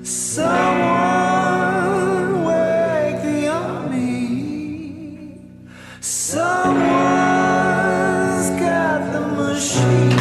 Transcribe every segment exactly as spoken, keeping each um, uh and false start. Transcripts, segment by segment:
Someone wake the army. Someone's got the machine.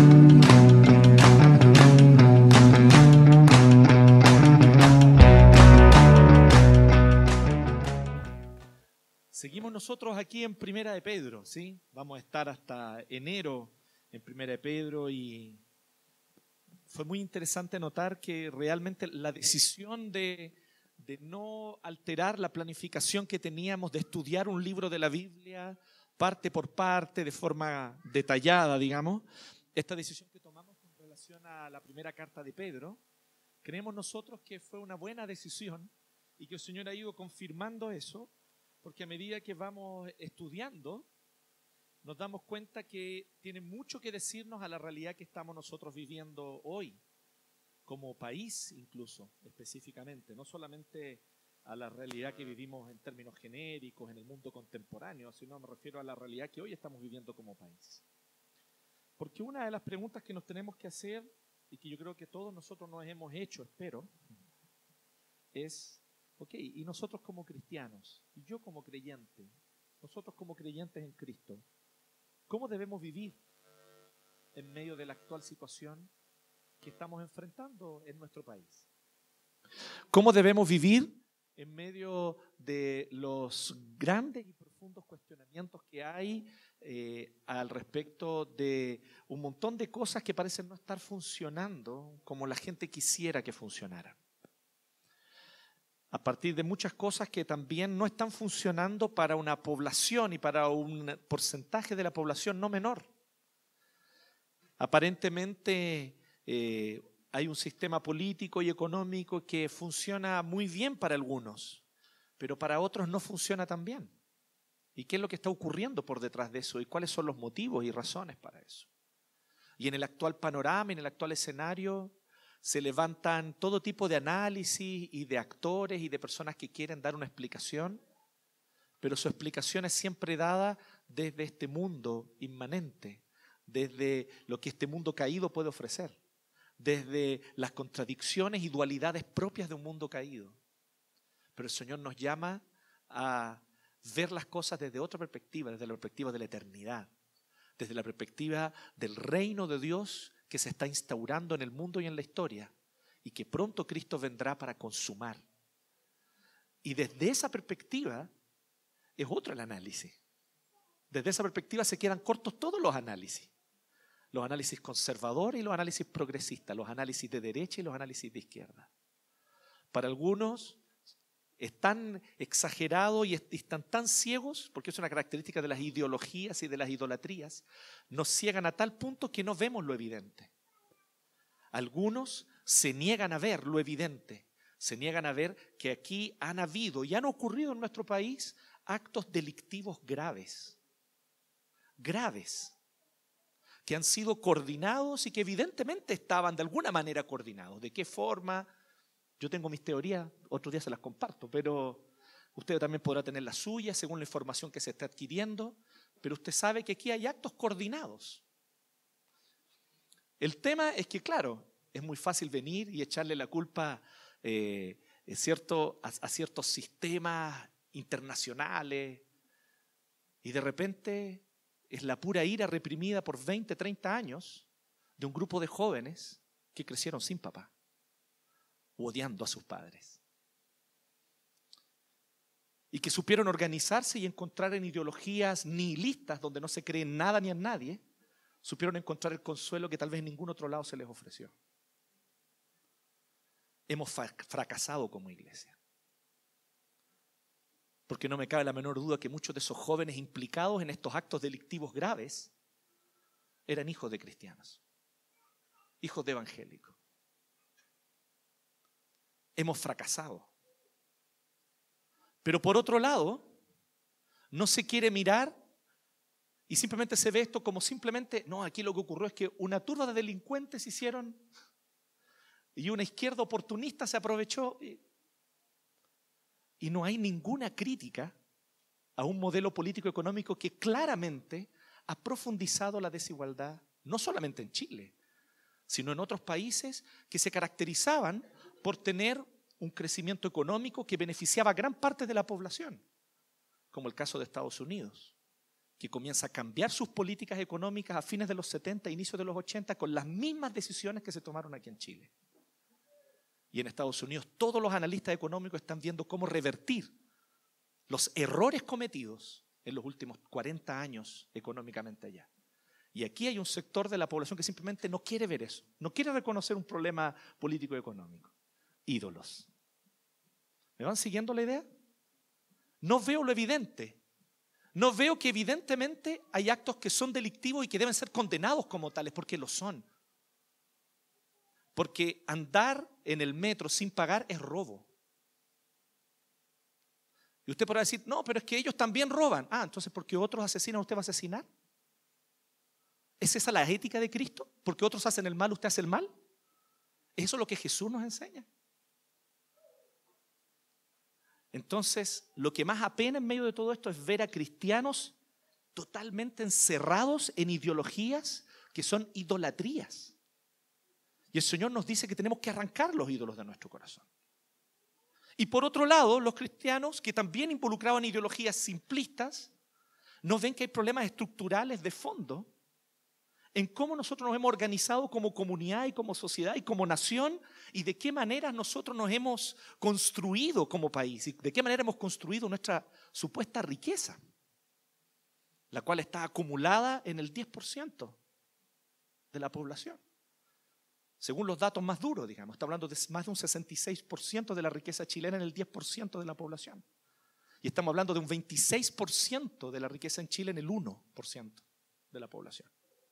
Seguimos nosotros aquí en Primera de Pedro, ¿sí? Vamos a estar hasta enero en Primera de Pedro y fue muy interesante notar que realmente la decisión de, de no alterar la planificación que teníamos de estudiar un libro de la Biblia parte por parte, de forma detallada, digamos, esta decisión que tomamos con relación a la primera carta de Pedro, creemos nosotros que fue una buena decisión y que el Señor ha ido confirmando eso, porque a medida que vamos estudiando, nos damos cuenta que tiene mucho que decirnos a la realidad que estamos nosotros viviendo hoy, como país incluso, específicamente, no solamente a la realidad que vivimos en términos genéricos en el mundo contemporáneo, sino me refiero a la realidad que hoy estamos viviendo como país. Porque una de las preguntas que nos tenemos que hacer, y que yo creo que todos nosotros nos hemos hecho, espero, es, ok, y nosotros como cristianos, y yo como creyente, nosotros como creyentes en Cristo, ¿cómo debemos vivir en medio de la actual situación que estamos enfrentando en nuestro país? ¿Cómo debemos vivir en medio de los grandes y profundos cuestionamientos que hay eh, al respecto de un montón de cosas que parecen no estar funcionando como la gente quisiera que funcionaran? A partir de muchas cosas que también no están funcionando para una población y para un porcentaje de la población no menor. Aparentemente eh, hay un sistema político y económico que funciona muy bien para algunos, pero para otros no funciona tan bien. ¿Y qué es lo que está ocurriendo por detrás de eso? ¿Y cuáles son los motivos y razones para eso? Y en el actual panorama, en el actual escenario, se levantan todo tipo de análisis y de actores y de personas que quieren dar una explicación, pero su explicación es siempre dada desde este mundo inmanente, desde lo que este mundo caído puede ofrecer, desde las contradicciones y dualidades propias de un mundo caído. Pero el Señor nos llama a ver las cosas desde otra perspectiva, desde la perspectiva de la eternidad, desde la perspectiva del reino de Dios que se está instaurando en el mundo y en la historia y que pronto Cristo vendrá para consumar. Y desde esa perspectiva es otro el análisis. Desde esa perspectiva se quedan cortos todos los análisis. Los análisis conservadores y los análisis progresistas, los análisis de derecha y los análisis de izquierda. Para algunos están exagerados y están tan ciegos, porque es una característica de las ideologías y de las idolatrías, nos ciegan a tal punto que no vemos lo evidente. Algunos se niegan a ver lo evidente, se niegan a ver que aquí han habido y han ocurrido en nuestro país actos delictivos graves, graves, que han sido coordinados y que evidentemente estaban de alguna manera coordinados. ¿De qué forma? Yo tengo mis teorías, otro día se las comparto, pero usted también podrá tener las suyas según la información que se está adquiriendo, pero usted sabe que aquí hay actos coordinados. El tema es que, claro, es muy fácil venir y echarle la culpa eh, cierto, a, a ciertos sistemas internacionales y de repente es la pura ira reprimida por veinte, treinta años de un grupo de jóvenes que crecieron sin papá, odiando a sus padres y que supieron organizarse y encontrar en ideologías nihilistas donde no se cree en nada ni en nadie, supieron encontrar el consuelo que tal vez en ningún otro lado se les ofreció. Hemos fracasado como iglesia, porque no me cabe la menor duda que muchos de esos jóvenes implicados en estos actos delictivos graves eran hijos de cristianos, hijos de evangélicos. Hemos fracasado. Pero por otro lado, no se quiere mirar y simplemente se ve esto como simplemente, no, aquí lo que ocurrió es que una turba de delincuentes hicieron y una izquierda oportunista se aprovechó y, y no hay ninguna crítica a un modelo político-económico que claramente ha profundizado la desigualdad, no solamente en Chile, sino en otros países que se caracterizaban por tener un crecimiento económico que beneficiaba a gran parte de la población, como el caso de Estados Unidos, que comienza a cambiar sus políticas económicas a fines de los setenta, inicios de los ochenta, con las mismas decisiones que se tomaron aquí en Chile. Y en Estados Unidos todos los analistas económicos están viendo cómo revertir los errores cometidos en los últimos cuarenta años económicamente allá. Y aquí hay un sector de la población que simplemente no quiere ver eso, no quiere reconocer un problema político y económico. Ídolos. ¿Me van siguiendo la idea? No veo lo evidente. No veo que evidentemente hay actos que son delictivos y que deben ser condenados como tales, porque lo son. Porque andar en el metro sin pagar es robo. Y usted podrá decir, no, pero es que ellos también roban. Ah, entonces porque otros asesinan, ¿usted va a asesinar? ¿Es esa la ética de Cristo? ¿Porque otros hacen el mal, usted hace el mal? ¿Eso es lo que Jesús nos enseña? Entonces, lo que más apena en medio de todo esto es ver a cristianos totalmente encerrados en ideologías que son idolatrías. Y el Señor nos dice que tenemos que arrancar los ídolos de nuestro corazón. Y por otro lado, los cristianos que también involucraban ideologías simplistas, no ven que hay problemas estructurales de fondo en cómo nosotros nos hemos organizado como comunidad y como sociedad y como nación, y de qué manera nosotros nos hemos construido como país y de qué manera hemos construido nuestra supuesta riqueza, la cual está acumulada en el diez por ciento de la población. Según los datos más duros, digamos, está hablando de más de un sesenta y seis por ciento de la riqueza chilena en el diez por ciento de la población. Y estamos hablando de un veintiséis por ciento de la riqueza en Chile en el uno por ciento de la población.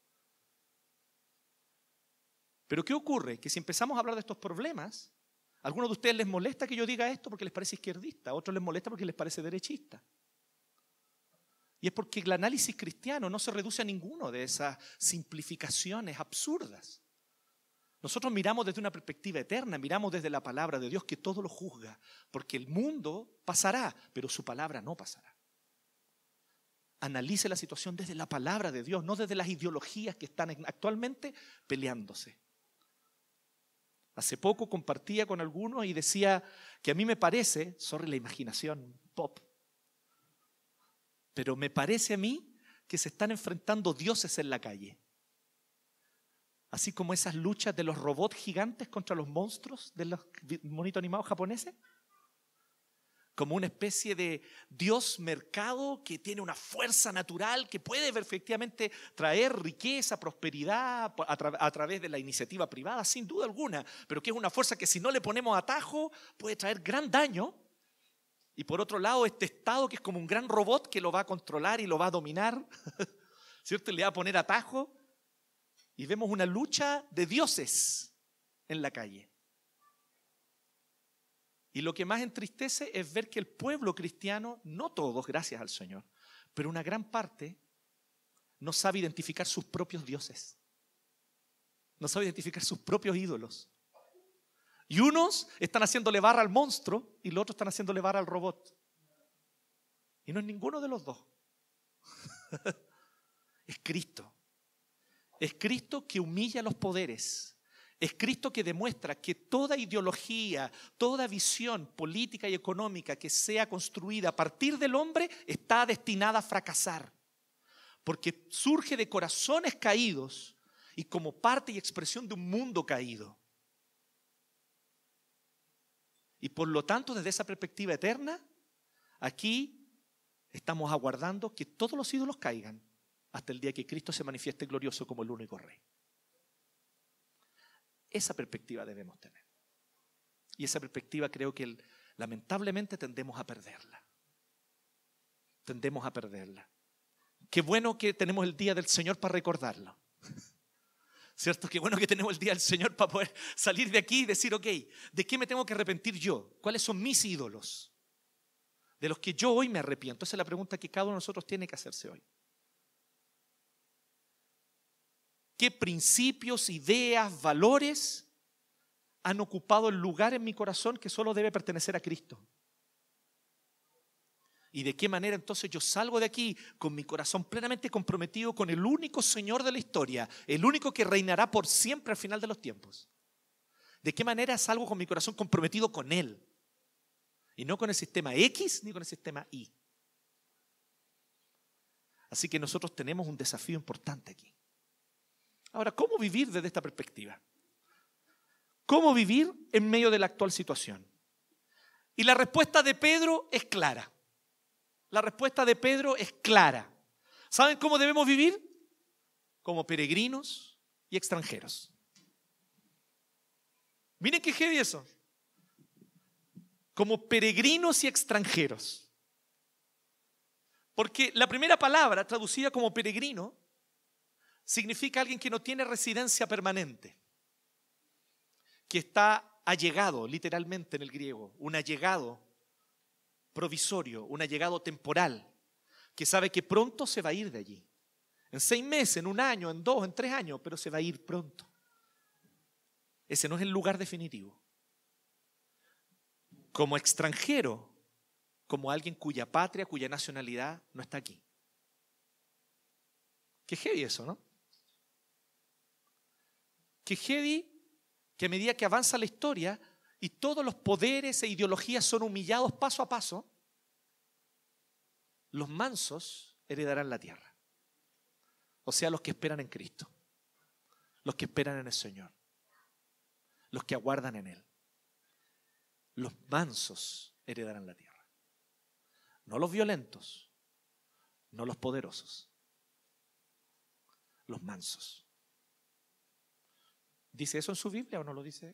Pero ¿qué ocurre? Que si empezamos a hablar de estos problemas, a algunos de ustedes les molesta que yo diga esto porque les parece izquierdista, a otros les molesta porque les parece derechista. Y es porque el análisis cristiano no se reduce a ninguno de esas simplificaciones absurdas. Nosotros miramos desde una perspectiva eterna, miramos desde la palabra de Dios que todo lo juzga, porque el mundo pasará, pero su palabra no pasará. Analice la situación desde la palabra de Dios, no desde las ideologías que están actualmente peleándose. Hace poco compartía con algunos y decía que a mí me parece, sorry la imaginación pop, pero me parece a mí que se están enfrentando dioses en la calle. Así como esas luchas de los robots gigantes contra los monstruos de los monitos animados japoneses. Como una especie de Dios mercado que tiene una fuerza natural que puede efectivamente traer riqueza, prosperidad a, tra- a través de la iniciativa privada, sin duda alguna, pero que es una fuerza que si no le ponemos atajo puede traer gran daño. Y por otro lado, este Estado que es como un gran robot que lo va a controlar y lo va a dominar, ¿cierto? Le va a poner atajo y vemos una lucha de dioses en la calle. Y lo que más entristece es ver que el pueblo cristiano, no todos, gracias al Señor, pero una gran parte no sabe identificar sus propios dioses. No sabe identificar sus propios ídolos. Y unos están haciéndole barra al monstruo y los otros están haciéndole barra al robot. Y no es ninguno de los dos. Es Cristo. Es Cristo que humilla los poderes. Es Cristo que demuestra que toda ideología, toda visión política y económica que sea construida a partir del hombre está destinada a fracasar. Porque surge de corazones caídos y como parte y expresión de un mundo caído. Y por lo tanto, desde esa perspectiva eterna, aquí estamos aguardando que todos los ídolos caigan hasta el día que Cristo se manifieste glorioso como el único Rey. Esa perspectiva debemos tener. Y esa perspectiva creo que lamentablemente tendemos a perderla. Tendemos a perderla. Qué bueno que tenemos el día del Señor para recordarlo. ¿Cierto? Qué bueno que tenemos el día del Señor para poder salir de aquí y decir, ok, ¿de qué me tengo que arrepentir yo? ¿Cuáles son mis ídolos? De los que yo hoy me arrepiento. Esa es la pregunta que cada uno de nosotros tiene que hacerse hoy. ¿Qué principios, ideas, valores han ocupado el lugar en mi corazón que solo debe pertenecer a Cristo? ¿Y de qué manera entonces yo salgo de aquí con mi corazón plenamente comprometido con el único Señor de la historia, el único que reinará por siempre al final de los tiempos? ¿De qué manera salgo con mi corazón comprometido con Él? Y no con el sistema X ni con el sistema Y. Así que nosotros tenemos un desafío importante aquí. Ahora, ¿cómo vivir desde esta perspectiva? ¿Cómo vivir en medio de la actual situación? Y la respuesta de Pedro es clara. La respuesta de Pedro es clara. ¿Saben cómo debemos vivir? Como peregrinos y extranjeros. Miren qué heavy eso. Como peregrinos y extranjeros. Porque la primera palabra, traducida como peregrino, significa alguien que no tiene residencia permanente, que está allegado, literalmente en el griego, un allegado provisorio, un allegado temporal, que sabe que pronto se va a ir de allí. En seis meses, en un año, en dos, en tres años, pero se va a ir pronto. Ese no es el lugar definitivo. Como extranjero, como alguien cuya patria, cuya nacionalidad no está aquí. Qué heavy eso, ¿no? Qué heavy que a medida que avanza la historia y todos los poderes e ideologías son humillados paso a paso, los mansos heredarán la tierra. O sea, los que esperan en Cristo, los que esperan en el Señor, los que aguardan en Él. Los mansos heredarán la tierra. No los violentos, no los poderosos, los mansos. ¿Dice eso en su Biblia o no lo dice?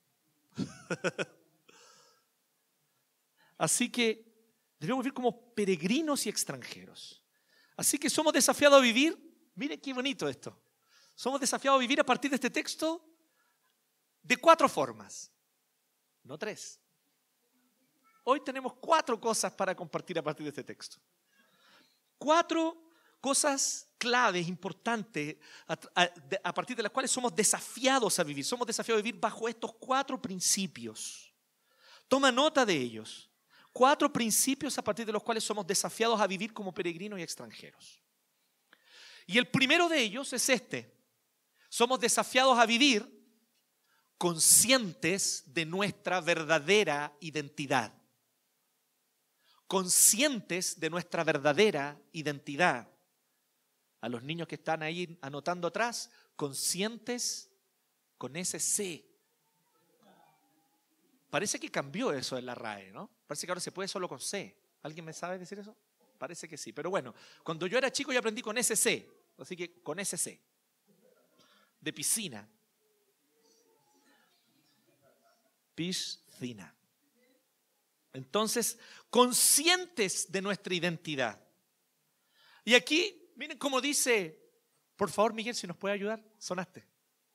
Así que debemos vivir como peregrinos y extranjeros. Así que somos desafiados a vivir, miren qué bonito esto, somos desafiados a vivir a partir de este texto de cuatro formas, no tres. Hoy tenemos cuatro cosas para compartir a partir de este texto. Cuatro cosas claves, importantes, a, a, a partir de las cuales somos desafiados a vivir. Somos desafiados a vivir bajo estos cuatro principios. Toma nota de ellos. Cuatro principios a partir de los cuales somos desafiados a vivir como peregrinos y extranjeros. Y el primero de ellos es este. Somos desafiados a vivir conscientes de nuestra verdadera identidad. Conscientes de nuestra verdadera identidad. A los niños que están ahí anotando atrás, conscientes con ese C. Parece que cambió eso en la R A E, ¿no? Parece que ahora se puede solo con C. ¿Alguien me sabe decir eso? Parece que sí, pero bueno, cuando yo era chico yo aprendí con ese C, así que con ese C. De piscina. Piscina. Entonces, conscientes de nuestra identidad. Y aquí, miren cómo dice, por favor Miguel, si nos puede ayudar, sonaste.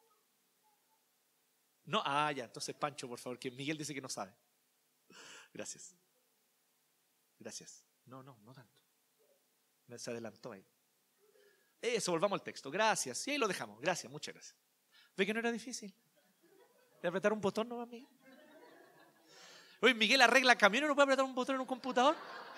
No, ah, ya, entonces Pancho, por favor, que Miguel dice que no sabe. Gracias. Gracias. No, no, no tanto. Se adelantó ahí. Eso, volvamos al texto. Gracias. Sí, ahí lo dejamos. Gracias, muchas gracias. ¿Ve que no era difícil? ¿De apretar un botón no, Miguel? Oye, Miguel arregla camiones, ¿no puede apretar un botón en un computador?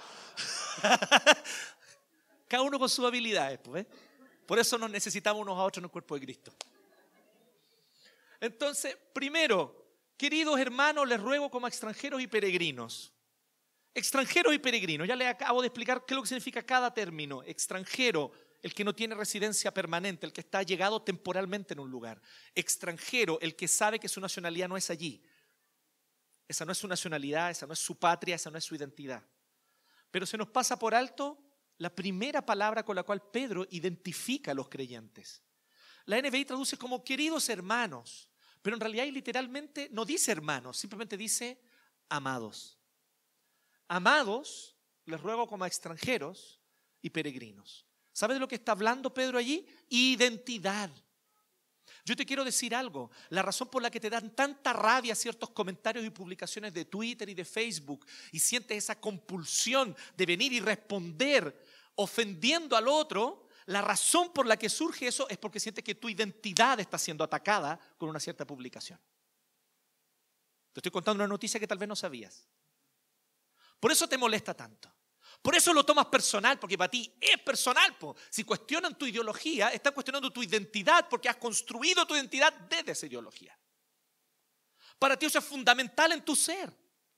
Cada uno con sus habilidades, pues, ¿eh? Por eso nos necesitamos unos a otros en el cuerpo de Cristo. Entonces, primero, queridos hermanos, les ruego como extranjeros y peregrinos. Extranjeros y peregrinos. Ya les acabo de explicar qué es lo que significa cada término. Extranjero, el que no tiene residencia permanente, el que está llegado temporalmente en un lugar. Extranjero, el que sabe que su nacionalidad no es allí. Esa no es su nacionalidad, esa no es su patria, esa no es su identidad. Pero se nos pasa por alto la primera palabra con la cual Pedro identifica a los creyentes. La N B I traduce como queridos hermanos, pero en realidad literalmente no dice hermanos, simplemente dice amados. Amados, les ruego como a extranjeros y peregrinos. ¿Sabes de lo que está hablando Pedro allí? Identidad. Yo te quiero decir algo, la razón por la que te dan tanta rabia ciertos comentarios y publicaciones de Twitter y de Facebook y sientes esa compulsión de venir y responder ofendiendo al otro, la razón por la que surge eso es porque sientes que tu identidad está siendo atacada con una cierta publicación. Te estoy contando una noticia que tal vez no sabías. Por eso te molesta tanto. Por eso lo tomas personal, porque para ti es personal. Po. Si cuestionan tu ideología, están cuestionando tu identidad porque has construido tu identidad desde esa ideología. Para ti eso es fundamental en tu ser.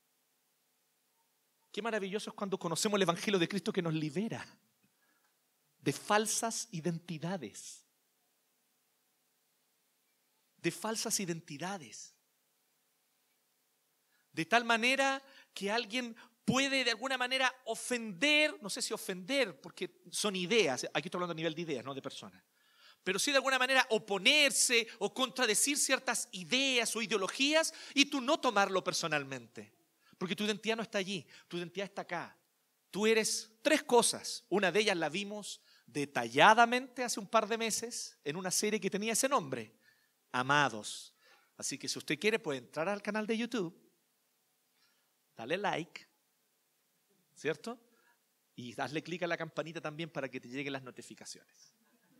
Qué maravilloso es cuando conocemos el Evangelio de Cristo que nos libera de falsas identidades. De falsas identidades. De tal manera que alguien puede de alguna manera ofender, no sé si ofender, porque son ideas, aquí estoy hablando a nivel de ideas, no de personas, pero sí de alguna manera oponerse o contradecir ciertas ideas o ideologías y tú no tomarlo personalmente, porque tu identidad no está allí, tu identidad está acá. Tú eres tres cosas, una de ellas la vimos detalladamente hace un par de meses en una serie que tenía ese nombre, Amados. Así que si usted quiere puede entrar al canal de YouTube, dale like, ¿cierto? Y hazle clic a la campanita también para que te lleguen las notificaciones.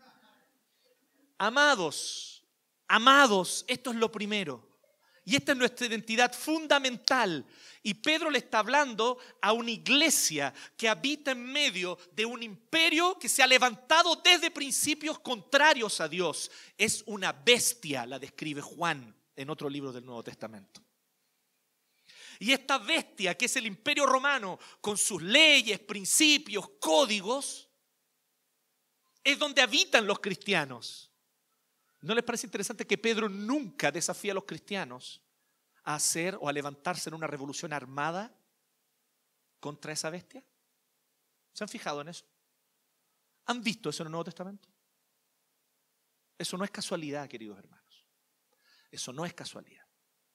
Amados, amados, esto es lo primero. Y esta es nuestra identidad fundamental. Y Pedro le está hablando a una iglesia que habita en medio de un imperio que se ha levantado desde principios contrarios a Dios. Es una bestia, la describe Juan en otro libro del Nuevo Testamento. Y esta bestia, que es el imperio romano, con sus leyes, principios, códigos, es donde habitan los cristianos. ¿No les parece interesante que Pedro nunca desafía a los cristianos a hacer o a levantarse en una revolución armada contra esa bestia? ¿Se han fijado en eso? ¿Han visto eso en el Nuevo Testamento? Eso no es casualidad, queridos hermanos. Eso no es casualidad.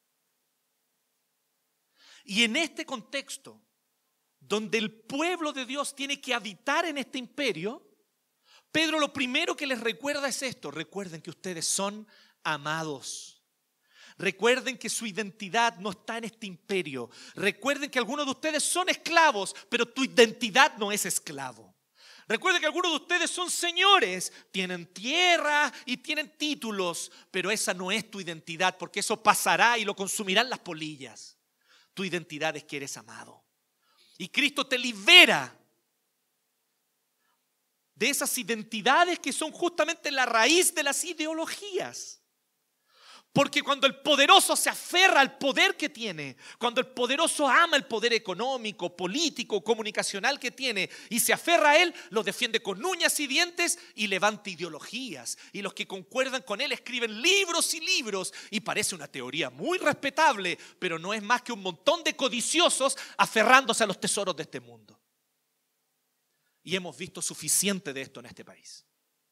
Y en este contexto, donde el pueblo de Dios tiene que habitar en este imperio, Pedro lo primero que les recuerda es esto: recuerden que ustedes son amados. Recuerden que su identidad no está en este imperio. Recuerden que algunos de ustedes son esclavos, pero tu identidad no es esclavo. Recuerden que algunos de ustedes son señores, tienen tierra y tienen títulos, pero esa no es tu identidad, porque eso pasará y lo consumirán las polillas. Tu identidad es que eres amado. Y Cristo te libera de esas identidades que son justamente la raíz de las ideologías. Porque cuando el poderoso se aferra al poder que tiene, cuando el poderoso ama el poder económico, político, comunicacional que tiene y se aferra a él, lo defiende con uñas y dientes y levanta ideologías. Y los que concuerdan con él escriben libros y libros y parece una teoría muy respetable, pero no es más que un montón de codiciosos aferrándose a los tesoros de este mundo. Y hemos visto suficiente de esto en este país.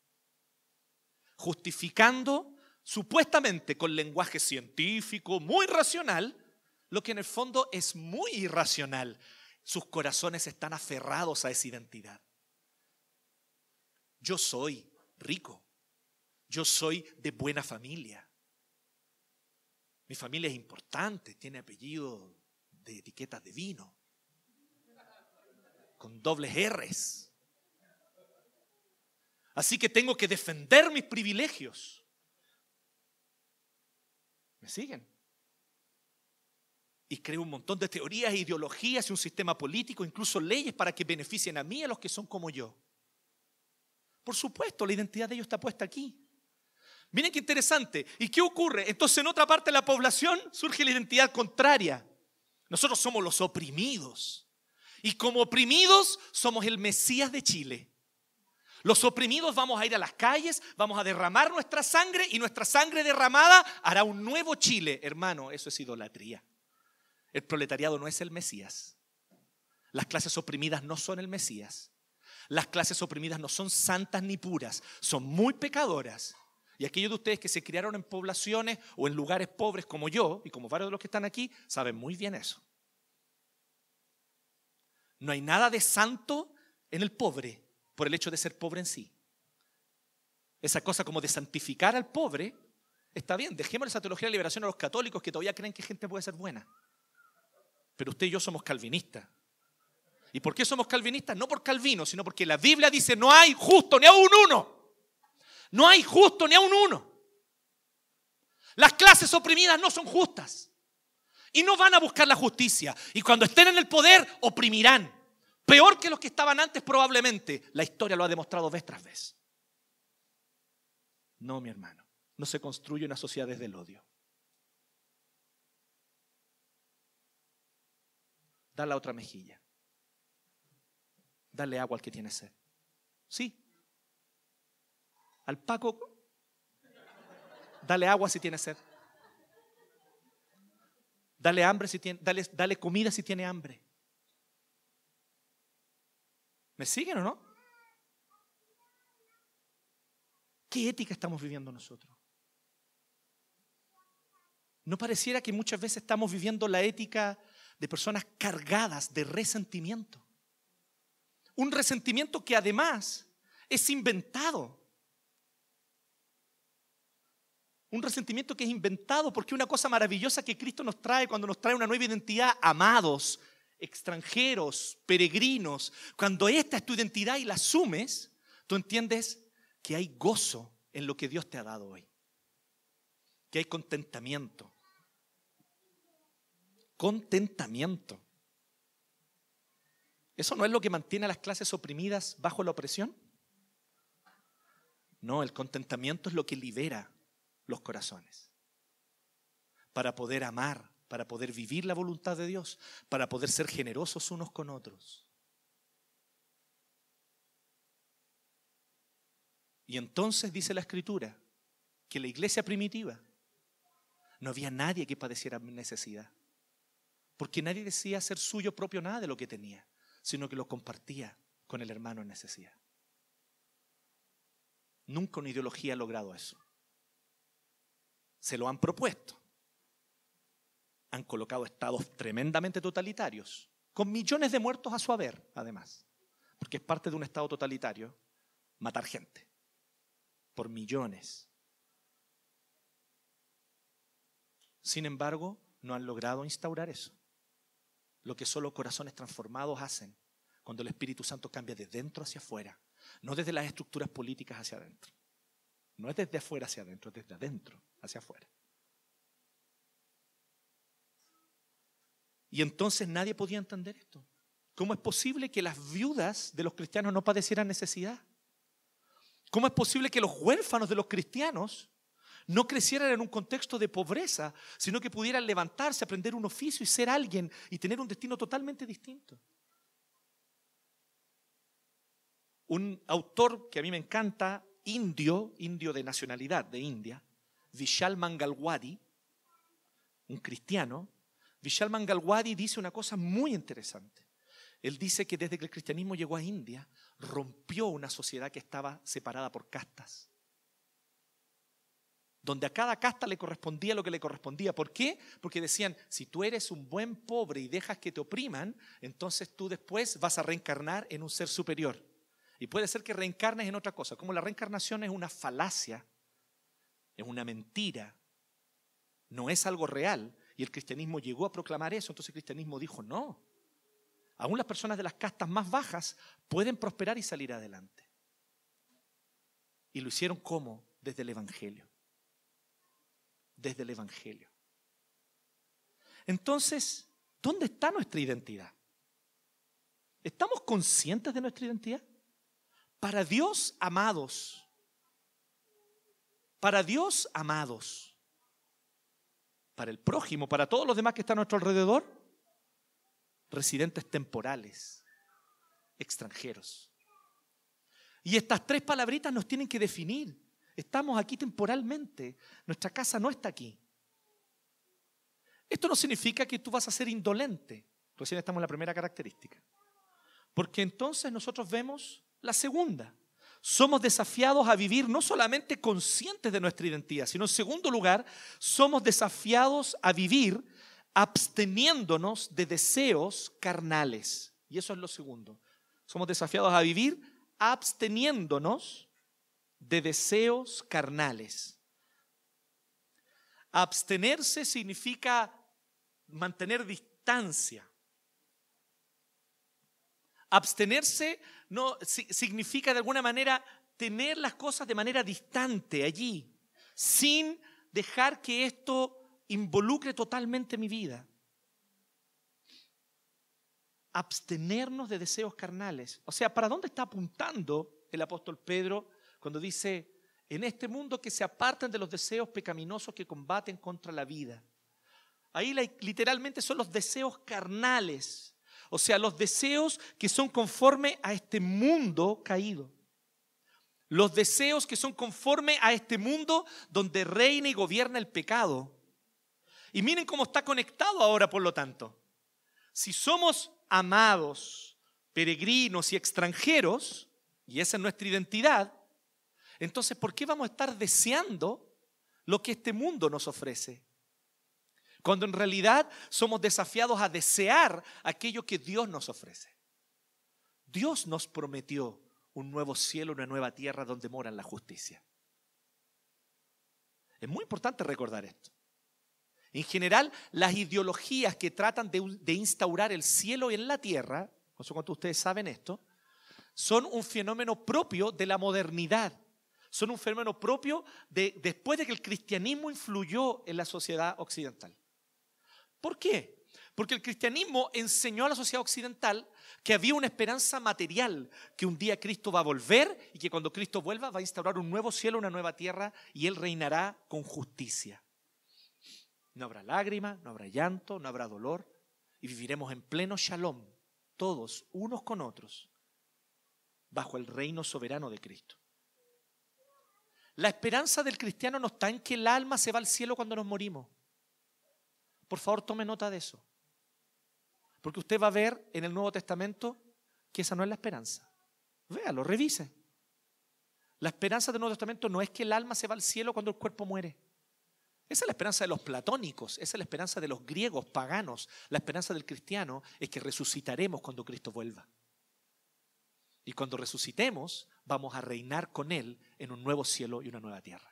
Justificando supuestamente con lenguaje científico, muy racional, lo que en el fondo es muy irracional. Sus corazones están aferrados a esa identidad. Yo soy rico. Yo soy de buena familia. Mi familia es importante, tiene apellido de etiquetas de vino, con dobles R's. Así que tengo que defender mis privilegios. ¿Me siguen? Y creo un montón de teorías, ideologías y un sistema político, incluso leyes para que beneficien a mí y a los que son como yo. Por supuesto, la identidad de ellos está puesta aquí. Miren qué interesante. ¿Y qué ocurre? Entonces en otra parte de la población surge la identidad contraria. Nosotros somos los oprimidos. Y como oprimidos somos el Mesías de Chile. Los oprimidos vamos a ir a las calles, vamos a derramar nuestra sangre y nuestra sangre derramada hará un nuevo Chile. Hermano, eso es idolatría. El proletariado no es el Mesías. Las clases oprimidas no son el Mesías. Las clases oprimidas no son santas ni puras, son muy pecadoras. Y aquellos de ustedes que se criaron en poblaciones o en lugares pobres como yo y como varios de los que están aquí, saben muy bien eso. No hay nada de santo en el pobre por el hecho de ser pobre en sí. Esa cosa como de santificar al pobre está bien. Dejemos esa teología de liberación a los católicos que todavía creen que gente puede ser buena. Pero usted y yo somos calvinistas. ¿Y por qué somos calvinistas? No por Calvino, sino porque la Biblia dice no hay justo ni a un uno. No hay justo ni a un uno. Las clases oprimidas no son justas. Y no van a buscar la justicia. Y cuando estén en el poder, oprimirán. Peor que los que estaban antes probablemente. La historia lo ha demostrado vez tras vez. No, mi hermano. No se construye una sociedad desde el odio. Da la otra mejilla. Dale agua al que tiene sed. Sí. Al Paco, dale agua si tiene sed. Dale hambre si tiene, dale, dale comida si tiene hambre. ¿Me siguen o no? ¿Qué ética estamos viviendo nosotros? ¿No pareciera que muchas veces estamos viviendo la ética de personas cargadas de resentimiento? Un resentimiento que además es inventado. Un resentimiento que es inventado porque una cosa maravillosa que Cristo nos trae cuando nos trae una nueva identidad, amados, extranjeros, peregrinos, cuando esta es tu identidad y la asumes, tú entiendes que hay gozo en lo que Dios te ha dado hoy. Que hay contentamiento. Contentamiento. ¿Eso no es lo que mantiene a las clases oprimidas bajo la opresión? No, el contentamiento es lo que libera los corazones para poder amar, para poder vivir la voluntad de Dios, para poder ser generosos unos con otros. Y entonces dice la Escritura que la iglesia primitiva no había nadie que padeciera necesidad, porque nadie decía ser suyo propio nada de lo que tenía, sino que lo compartía con el hermano en necesidad. Nunca una ideología ha logrado eso. Se lo han propuesto. Han colocado estados tremendamente totalitarios, con millones de muertos a su haber, además. Porque es parte de un estado totalitario matar gente. Por millones. Sin embargo, no han logrado instaurar eso. Lo que solo corazones transformados hacen cuando el Espíritu Santo cambia de dentro hacia afuera, no desde las estructuras políticas hacia adentro. No es desde afuera hacia adentro, es desde adentro hacia afuera. Y entonces nadie podía entender esto. ¿Cómo es posible que las viudas de los cristianos no padecieran necesidad? ¿Cómo es posible que los huérfanos de los cristianos no crecieran en un contexto de pobreza, sino que pudieran levantarse, aprender un oficio y ser alguien y tener un destino totalmente distinto? Un autor que a mí me encanta, indio, indio de nacionalidad de India, Vishal Mangalwadi, un cristiano, Vishal Mangalwadi dice una cosa muy interesante. Él dice que desde que el cristianismo llegó a India, rompió una sociedad que estaba separada por castas, donde a cada casta le correspondía lo que le correspondía. ¿Por qué? Porque decían, si tú eres un buen pobre y dejas que te opriman, entonces tú después vas a reencarnar en un ser superior. Y puede ser que reencarnes en otra cosa. Como la reencarnación es una falacia, es una mentira, no es algo real. Y el cristianismo llegó a proclamar eso. Entonces el cristianismo dijo, no. Aún las personas de las castas más bajas pueden prosperar y salir adelante. Y lo hicieron ¿cómo? Desde el Evangelio. Desde el Evangelio. Entonces, ¿dónde está nuestra identidad? ¿Estamos conscientes de nuestra identidad? Para Dios, amados. Para Dios, amados. Para el prójimo, para todos los demás que están a nuestro alrededor, residentes temporales, extranjeros. Y estas tres palabritas nos tienen que definir. Estamos aquí temporalmente, nuestra casa no está aquí. Esto no significa que tú vas a ser indolente. Recién estamos en la primera característica. Porque entonces nosotros vemos la segunda. Somos desafiados a vivir no solamente conscientes de nuestra identidad, sino en segundo lugar, somos desafiados a vivir absteniéndonos de deseos carnales. Y eso es lo segundo. Somos desafiados a vivir absteniéndonos de deseos carnales. Abstenerse significa mantener distancia. Abstenerse no significa de alguna manera tener las cosas de manera distante allí, sin dejar que esto involucre totalmente mi vida. Abstenernos de deseos carnales. O sea, ¿para dónde está apuntando el apóstol Pedro cuando dice, en este mundo que se aparten de los deseos pecaminosos que combaten contra la vida? Ahí literalmente son los deseos carnales. O sea, los deseos que son conforme a este mundo caído. Los deseos que son conforme a este mundo donde reina y gobierna el pecado. Y miren cómo está conectado ahora, por lo tanto. Si somos amados, peregrinos y extranjeros, y esa es nuestra identidad, entonces ¿por qué vamos a estar deseando lo que este mundo nos ofrece? Cuando en realidad somos desafiados a desear aquello que Dios nos ofrece. Dios nos prometió un nuevo cielo, una nueva tierra donde mora la justicia. Es muy importante recordar esto. En general, las ideologías que tratan de, de instaurar el cielo en la tierra, no sé cuántos de ustedes saben esto, son un fenómeno propio de la modernidad. Son un fenómeno propio de después de que el cristianismo influyó en la sociedad occidental. ¿Por qué? Porque el cristianismo enseñó a la sociedad occidental que había una esperanza material, que un día Cristo va a volver y que cuando Cristo vuelva va a instaurar un nuevo cielo, una nueva tierra y Él reinará con justicia. No habrá lágrimas, no habrá llanto, no habrá dolor y viviremos en pleno shalom, todos unos con otros, bajo el reino soberano de Cristo. La esperanza del cristiano no está en que el alma se va al cielo cuando nos morimos. Por favor, tome nota de eso. Porque usted va a ver en el Nuevo Testamento que esa no es la esperanza. Véalo, revise. La esperanza del Nuevo Testamento no es que el alma se va al cielo cuando el cuerpo muere. Esa es la esperanza de los platónicos, esa es la esperanza de los griegos paganos. La esperanza del cristiano es que resucitaremos cuando Cristo vuelva. Y cuando resucitemos, vamos a reinar con Él en un nuevo cielo y una nueva tierra.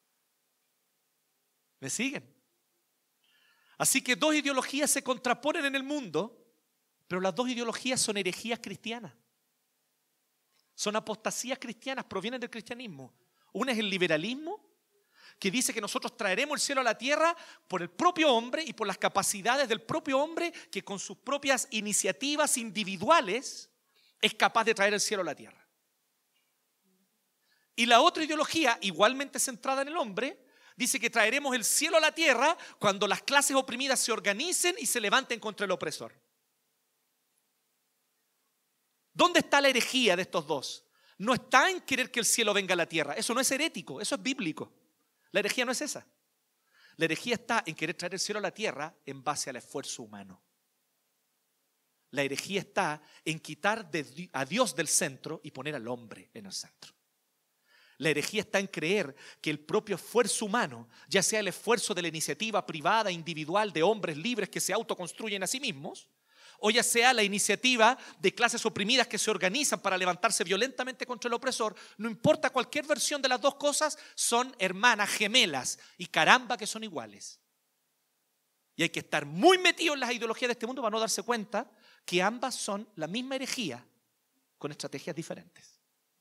¿Me siguen? Así que dos ideologías se contraponen en el mundo, pero las dos ideologías son herejías cristianas. Son apostasías cristianas, provienen del cristianismo. Una es el liberalismo, que dice que nosotros traeremos el cielo a la tierra por el propio hombre y por las capacidades del propio hombre que con sus propias iniciativas individuales es capaz de traer el cielo a la tierra. Y la otra ideología, igualmente centrada en el hombre, dice que traeremos el cielo a la tierra cuando las clases oprimidas se organicen y se levanten contra el opresor. ¿Dónde está la herejía de estos dos? No está en querer que el cielo venga a la tierra. Eso no es herético, eso es bíblico. La herejía no es esa. La herejía está en querer traer el cielo a la tierra en base al esfuerzo humano. La herejía está en quitar de, a Dios del centro y poner al hombre en el centro. La herejía está en creer que el propio esfuerzo humano, ya sea el esfuerzo de la iniciativa privada, individual, de hombres libres que se autoconstruyen a sí mismos, o ya sea la iniciativa de clases oprimidas que se organizan para levantarse violentamente contra el opresor, no importa cualquier versión de las dos cosas, son hermanas gemelas y caramba que son iguales. Y hay que estar muy metido en las ideologías de este mundo para no darse cuenta que ambas son la misma herejía con estrategias diferentes.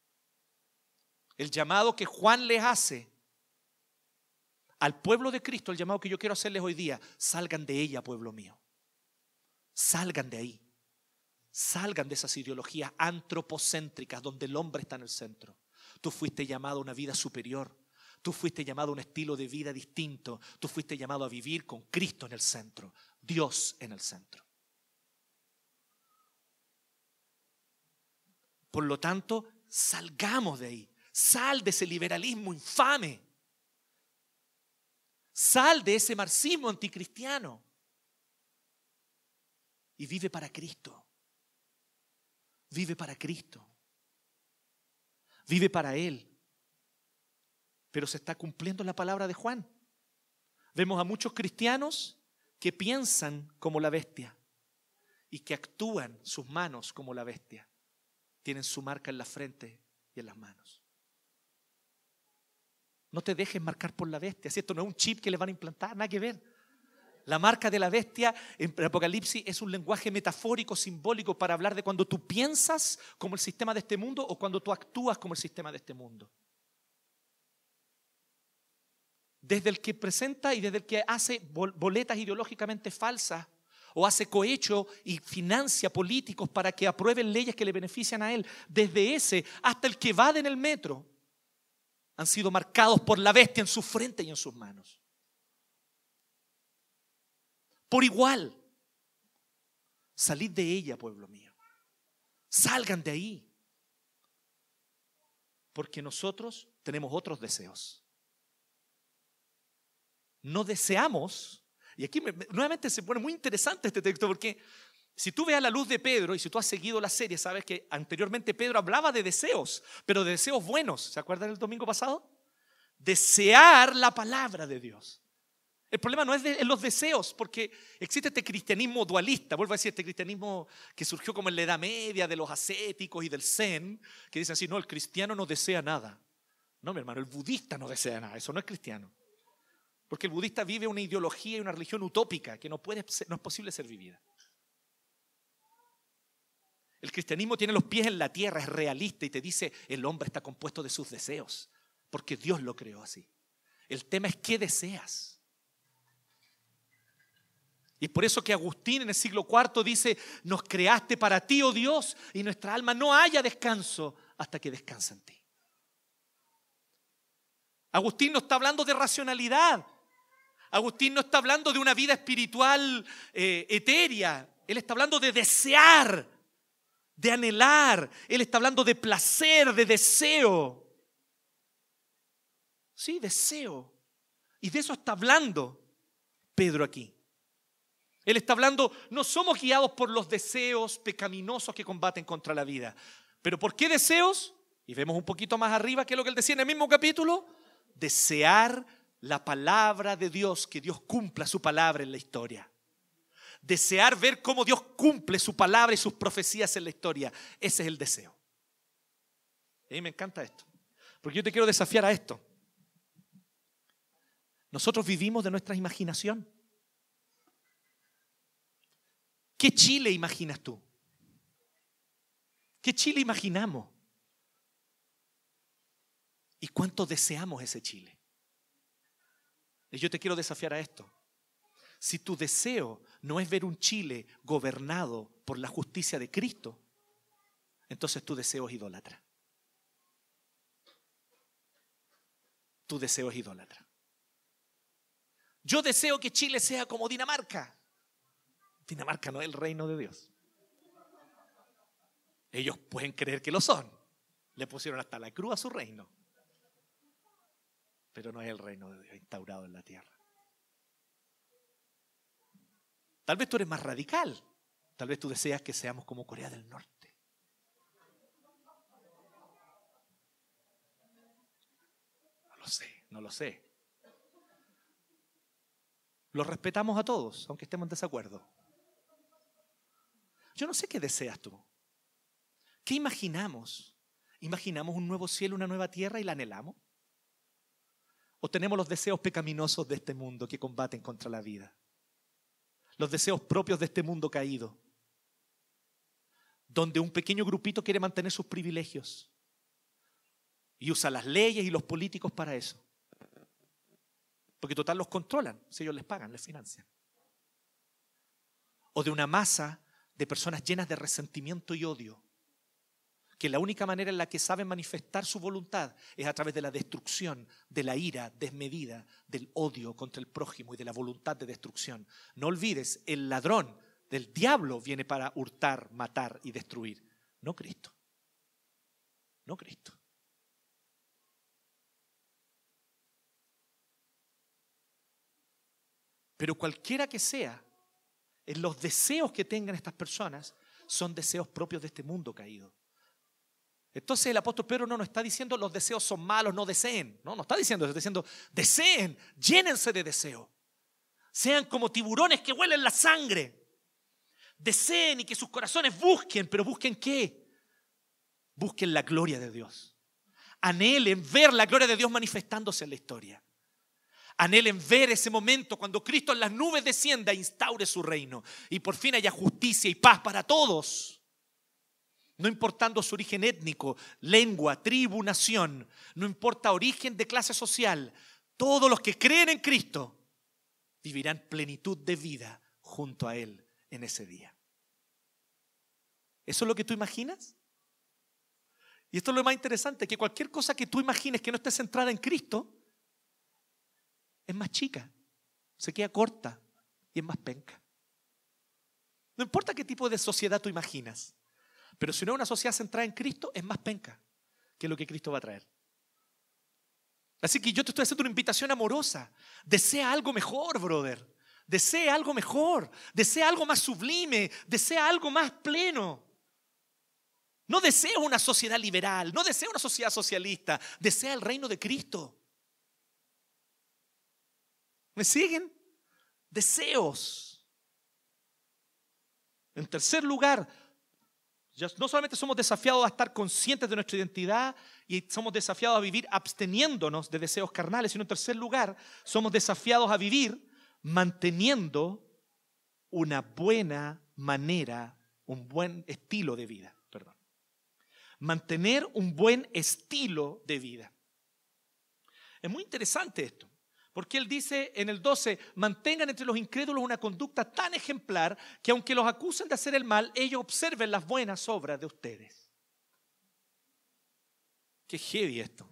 El llamado que Juan les hace al pueblo de Cristo, el llamado que yo quiero hacerles hoy día: salgan de ella, pueblo mío. Salgan de ahí. Salgan de esas ideologías antropocéntricas donde el hombre está en el centro. Tú fuiste llamado a una vida superior. Tú fuiste llamado a un estilo de vida distinto. Tú fuiste llamado a vivir con Cristo en el centro, Dios en el centro. Por lo tanto, salgamos de ahí. Sal de ese liberalismo infame. Sal de ese marxismo anticristiano. Y vive para Cristo. Vive para Cristo. Vive para Él. Pero se está cumpliendo la palabra de Juan. Vemos a muchos cristianos que piensan como la bestia y que actúan sus manos como la bestia. Tienen su marca en la frente y en las manos. No te dejes marcar por la bestia. Si esto no es un chip que le van a implantar, nada que ver. La marca de la bestia en el Apocalipsis es un lenguaje metafórico, simbólico para hablar de cuando tú piensas como el sistema de este mundo o cuando tú actúas como el sistema de este mundo. Desde el que presenta y desde el que hace boletas ideológicamente falsas o hace cohecho y financia políticos para que aprueben leyes que le benefician a él, desde ese hasta el que va en el metro, han sido marcados por la bestia en su frente y en sus manos. Por igual. Salid de ella, pueblo mío. Salgan de ahí. Porque nosotros tenemos otros deseos. No deseamos, y aquí me, me, nuevamente se pone muy interesante este texto, porque si tú ves a la luz de Pedro, y si tú has seguido la serie, sabes que anteriormente Pedro hablaba de deseos, pero de deseos buenos. ¿Se acuerdan del domingo pasado? Desear la palabra de Dios. El problema no es de, en los deseos, porque existe este cristianismo dualista, vuelvo a decir, este cristianismo que surgió como en la Edad Media, de los ascéticos y del zen, que dicen así, no, el cristiano no desea nada. No, mi hermano, el budista no desea nada, eso no es cristiano. Porque el budista vive una ideología y una religión utópica que no, puede, no es posible ser vivida. El cristianismo tiene los pies en la tierra, es realista y te dice, el hombre está compuesto de sus deseos, porque Dios lo creó así. El tema es qué deseas. Y es por eso que Agustín en el siglo cuarto dice, nos creaste para ti, oh Dios, y nuestra alma no haya descanso hasta que descansa en ti. Agustín no está hablando de racionalidad. Agustín no está hablando de una vida espiritual eh, etérea. Él está hablando de desear, de anhelar. Él está hablando de placer, de deseo. Sí, deseo. Y de eso está hablando Pedro aquí. Él está hablando, no somos guiados por los deseos pecaminosos que combaten contra la vida. ¿Pero por qué deseos? Y vemos un poquito más arriba, ¿qué es lo que él decía en el mismo capítulo? Desear la palabra de Dios, que Dios cumpla su palabra en la historia. Desear ver cómo Dios cumple su palabra y sus profecías en la historia. Ese es el deseo. Y a mí me encanta esto, porque yo te quiero desafiar a esto. Nosotros vivimos de nuestra imaginación. ¿Qué Chile imaginas tú? ¿Qué Chile imaginamos? ¿Y cuánto deseamos ese Chile? Y yo te quiero desafiar a esto. Si tu deseo no es ver un Chile gobernado por la justicia de Cristo, entonces tu deseo es idólatra. Tu deseo es idólatra. Yo deseo que Chile sea como Dinamarca. Dinamarca no es el reino de Dios. Ellos pueden creer que lo son. Le pusieron hasta la cruz a su reino. Pero no es el reino de Dios instaurado en la tierra. Tal vez tú eres más radical. Tal vez tú deseas que seamos como Corea del Norte. No lo sé, no lo sé. Los respetamos a todos, aunque estemos en desacuerdo. Yo no sé qué deseas tú. ¿Qué imaginamos? ¿Imaginamos un nuevo cielo, una nueva tierra y la anhelamos? ¿O tenemos los deseos pecaminosos de este mundo que combaten contra la vida? Los deseos propios de este mundo caído, donde un pequeño grupito quiere mantener sus privilegios y usa las leyes y los políticos para eso. Porque total los controlan, si ellos les pagan, les financian. O de una masa de personas llenas de resentimiento y odio, que la única manera en la que saben manifestar su voluntad es a través de la destrucción, de la ira desmedida, del odio contra el prójimo y de la voluntad de destrucción. No olvides, el ladrón del diablo viene para hurtar, matar y destruir, no Cristo. No Cristo. Pero cualquiera que sea, en los deseos que tengan estas personas son deseos propios de este mundo caído. Entonces el apóstol Pedro no nos está diciendo los deseos son malos, no deseen. No, no está diciendo eso, está diciendo deseen, llénense de deseo. Sean como tiburones que huelen la sangre. Deseen y que sus corazones busquen, pero ¿busquen qué? Busquen la gloria de Dios. Anhelen ver la gloria de Dios manifestándose en la historia. Anhelen ver ese momento cuando Cristo en las nubes descienda e instaure su reino y por fin haya justicia y paz para todos. No importando su origen étnico, lengua, tribu, nación, no importa origen de clase social, todos los que creen en Cristo vivirán plenitud de vida junto a Él en ese día. ¿Eso es lo que tú imaginas? Y esto es lo más interesante, que cualquier cosa que tú imagines que no esté centrada en Cristo es más chica, se queda corta y es más penca. No importa qué tipo de sociedad tú imaginas. Pero si no es una sociedad centrada en Cristo, es más penca que lo que Cristo va a traer. Así que yo te estoy haciendo una invitación amorosa. Desea algo mejor, brother. Desea algo mejor. Desea algo más sublime. Desea algo más pleno. No desea una sociedad liberal. No desea una sociedad socialista. Desea el reino de Cristo. ¿Me siguen? Deseos. En tercer lugar, no solamente somos desafiados a estar conscientes de nuestra identidad y somos desafiados a vivir absteniéndonos de deseos carnales, sino en tercer lugar, somos desafiados a vivir manteniendo una buena manera, un buen estilo de vida. Perdón. Mantener un buen estilo de vida. Es muy interesante esto. Porque él dice en el doce, mantengan entre los incrédulos una conducta tan ejemplar que aunque los acusen de hacer el mal, ellos observen las buenas obras de ustedes. Qué heavy esto.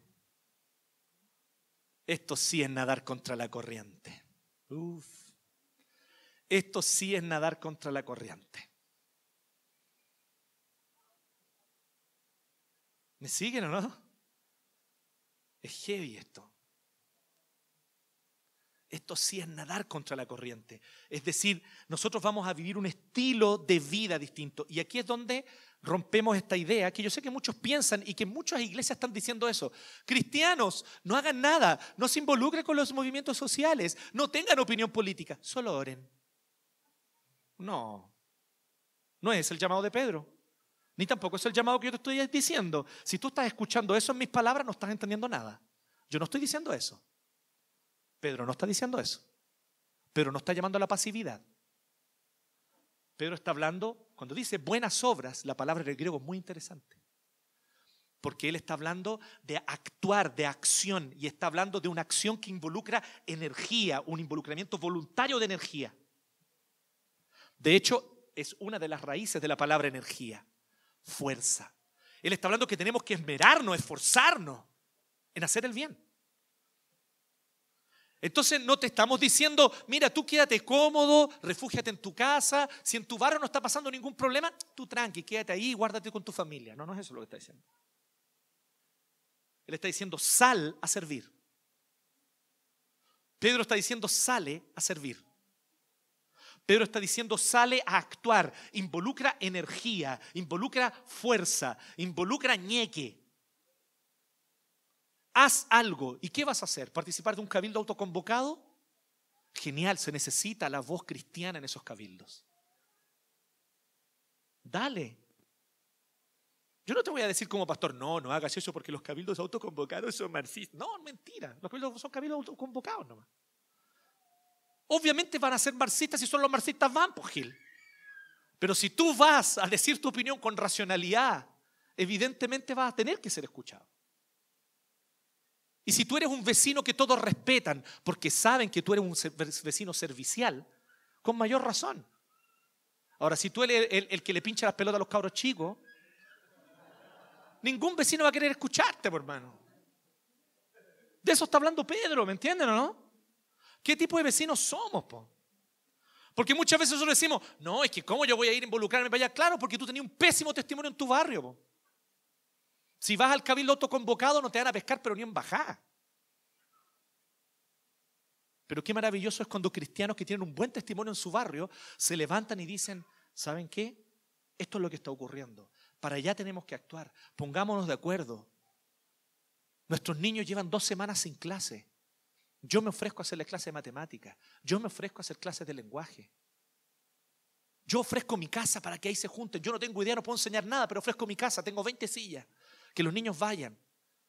Esto sí es nadar contra la corriente. Uf. Esto sí es nadar contra la corriente. ¿Me siguen o no? Es heavy esto. Esto sí es nadar contra la corriente. Es decir, nosotros vamos a vivir un estilo de vida distinto. Y aquí es donde rompemos esta idea que yo sé que muchos piensan y que muchas iglesias están diciendo eso. Cristianos, no hagan nada, no se involucren con los movimientos sociales, no tengan opinión política, solo oren. No, no es el llamado de Pedro, ni tampoco es el llamado que yo te estoy diciendo. Si tú estás escuchando eso en mis palabras, no estás entendiendo nada. Yo no estoy diciendo eso. Pedro no está diciendo eso. Pedro no está llamando a la pasividad. Pedro está hablando, cuando dice buenas obras, la palabra en el griego es muy interesante. Porque él está hablando de actuar, de acción, y está hablando de una acción que involucra energía, un involucramiento voluntario de energía. De hecho, es una de las raíces de la palabra energía, fuerza. Él está hablando que tenemos que esmerarnos, esforzarnos en hacer el bien. Entonces no te estamos diciendo, mira, tú quédate cómodo, refúgiate en tu casa, si en tu barrio no está pasando ningún problema, tú tranqui, quédate ahí y guárdate con tu familia. No, no es eso lo que está diciendo. Él está diciendo, sal a servir. Pedro está diciendo, sale a servir. Pedro está diciendo, sale a actuar, involucra energía, involucra fuerza, involucra ñeque. Haz algo. ¿Y qué vas a hacer? ¿Participar de un cabildo autoconvocado? Genial, se necesita la voz cristiana en esos cabildos. Dale. Yo no te voy a decir como pastor, no, no hagas eso porque los cabildos autoconvocados son marxistas. No, mentira. Los cabildos son cabildos autoconvocados nomás. Obviamente van a ser marxistas si son los marxistas van, pues Gil. Pero si tú vas a decir tu opinión con racionalidad, evidentemente vas a tener que ser escuchado. Y si tú eres un vecino que todos respetan porque saben que tú eres un vecino servicial, con mayor razón. Ahora, si tú eres el, el, el que le pincha las pelotas a los cabros chicos, ningún vecino va a querer escucharte, por hermano. De eso está hablando Pedro, ¿me entienden o no? ¿Qué tipo de vecinos somos, po? Porque muchas veces nosotros decimos, no, es que ¿cómo yo voy a ir a involucrarme para allá? Claro, porque tú tenías un pésimo testimonio en tu barrio, po. Si vas al cabildo autoconvocado no te van a pescar, pero ni en bajada. Pero qué maravilloso es cuando cristianos que tienen un buen testimonio en su barrio se levantan y dicen, ¿saben qué? Esto es lo que está ocurriendo. Para allá tenemos que actuar. Pongámonos de acuerdo. Nuestros niños llevan dos semanas sin clase. Yo me ofrezco a hacerles clases de matemáticas. Yo me ofrezco a hacer clases de lenguaje. Yo ofrezco mi casa para que ahí se junten. Yo no tengo idea, no puedo enseñar nada, pero ofrezco mi casa. Tengo veinte sillas. Que los niños vayan.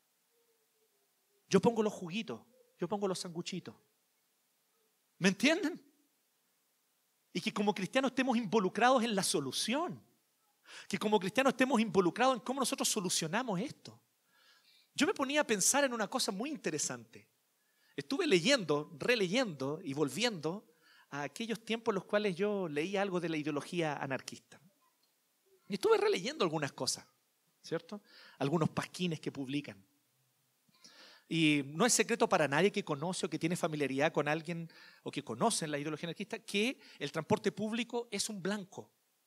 Yo pongo los juguitos. Yo pongo los sanguchitos. ¿Me entienden? Y que como cristianos estemos involucrados en la solución. Que como cristianos estemos involucrados en cómo nosotros solucionamos esto. Yo me ponía a pensar en una cosa muy interesante. Estuve leyendo, releyendo y volviendo a aquellos tiempos en los cuales yo leí algo de la ideología anarquista. Y estuve releyendo algunas cosas, ¿cierto? Algunos pasquines que publican. Y no es secreto para nadie que conoce o que tiene familiaridad con alguien o que conoce la ideología anarquista que el transporte público es un blanco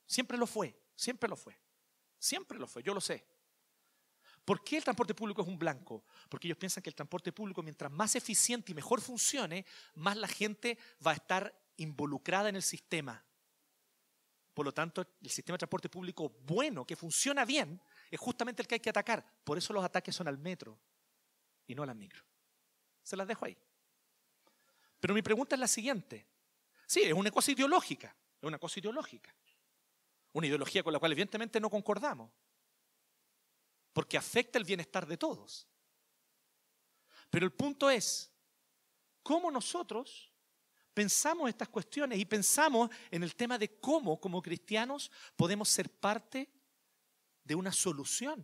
Siempre lo fue, siempre lo fue. Siempre lo fue, yo lo sé. ¿Por qué el transporte público es un blanco? Porque ellos piensan que el transporte público, mientras más eficiente y mejor funcione, más la gente va a estar involucrada en el sistema. Por lo tanto, el sistema de transporte público bueno, que funciona bien, es justamente el que hay que atacar. Por eso los ataques son al metro y no a las micro. Se las dejo ahí. Pero mi pregunta es la siguiente. Sí, es una cosa ideológica, es una cosa ideológica. Una ideología con la cual evidentemente no concordamos. Porque afecta el bienestar de todos. Pero el punto es, ¿cómo nosotros pensamos estas cuestiones y pensamos en el tema de cómo, como cristianos, podemos ser parte de una solución?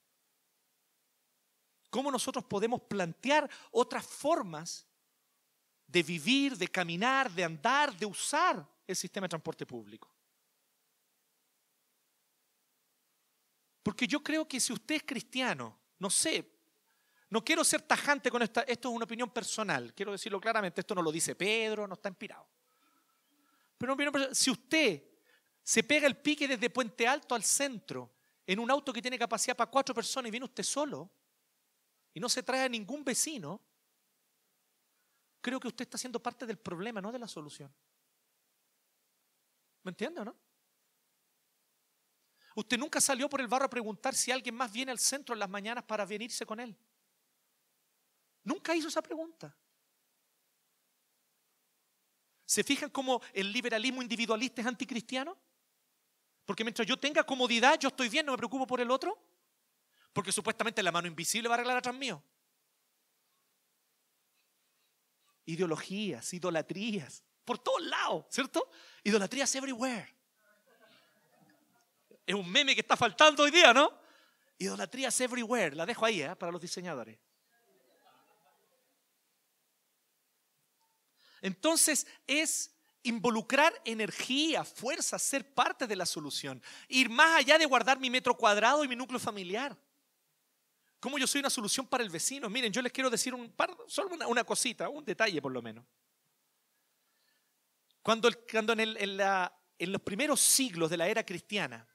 ¿Cómo nosotros podemos plantear otras formas de vivir, de caminar, de andar, de usar el sistema de transporte público? Porque yo creo que si usted es cristiano, no sé, no quiero ser tajante con esta, esto es una opinión personal, quiero decirlo claramente, esto no lo dice Pedro, no está inspirado. Pero una opinión personal, si usted se pega el pique desde Puente Alto al centro, en un auto que tiene capacidad para cuatro personas y viene usted solo, y no se trae a ningún vecino, creo que usted está siendo parte del problema, no de la solución. ¿Me entiende o no? Usted nunca salió por el barrio a preguntar si alguien más viene al centro en las mañanas para venirse con él. Nunca hizo esa pregunta. ¿Se fijan cómo el liberalismo individualista es anticristiano? Porque mientras yo tenga comodidad, yo estoy bien, no me preocupo por el otro. Porque supuestamente la mano invisible va a arreglar atrás mío. Ideologías, idolatrías, por todos lados, ¿cierto? Idolatrías everywhere. Es un meme que está faltando hoy día, ¿no? Idolatrías everywhere. La dejo ahí, ¿eh? Para los diseñadores. Entonces es involucrar energía, fuerza, ser parte de la solución. Ir más allá de guardar mi metro cuadrado y mi núcleo familiar. ¿Cómo yo soy una solución para el vecino? Miren, yo les quiero decir un par, solo una, una cosita, un detalle por lo menos. Cuando, el, cuando en, el, en, la, en los primeros siglos de la era cristiana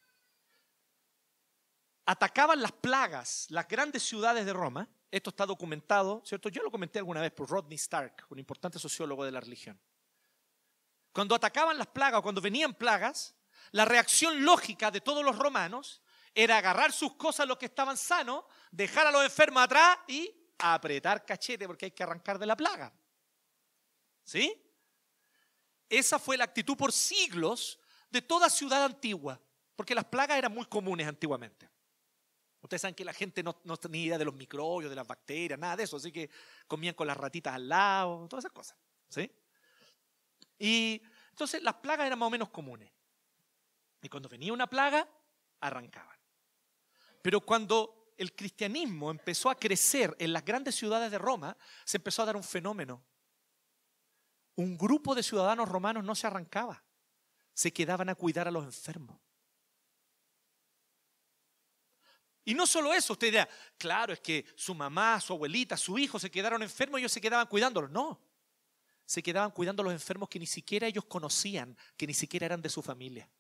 atacaban las plagas, las grandes ciudades de Roma, esto está documentado, ¿cierto? Yo lo comenté alguna vez por Rodney Stark, un importante sociólogo de la religión. Cuando atacaban las plagas o cuando venían plagas, la reacción lógica de todos los romanos era agarrar sus cosas, los que estaban sanos, dejar a los enfermos atrás y apretar cachete porque hay que arrancar de la plaga. ¿Sí? Esa fue la actitud por siglos de toda ciudad antigua, porque las plagas eran muy comunes antiguamente. Ustedes saben que la gente no, no tenía idea de los microbios, de las bacterias, nada de eso, así que comían con las ratitas al lado, todas esas cosas. ¿Sí? Y entonces las plagas eran más o menos comunes. Y cuando venía una plaga, arrancaban. Pero cuando el cristianismo empezó a crecer en las grandes ciudades de Roma, se empezó a dar un fenómeno. Un grupo de ciudadanos romanos no se arrancaba, se quedaban a cuidar a los enfermos. Y no solo eso, usted dirá, claro, es que su mamá, su abuelita, su hijo se quedaron enfermos y ellos se quedaban cuidándolos. No, se quedaban cuidando a los enfermos que ni siquiera ellos conocían, que ni siquiera eran de su familia.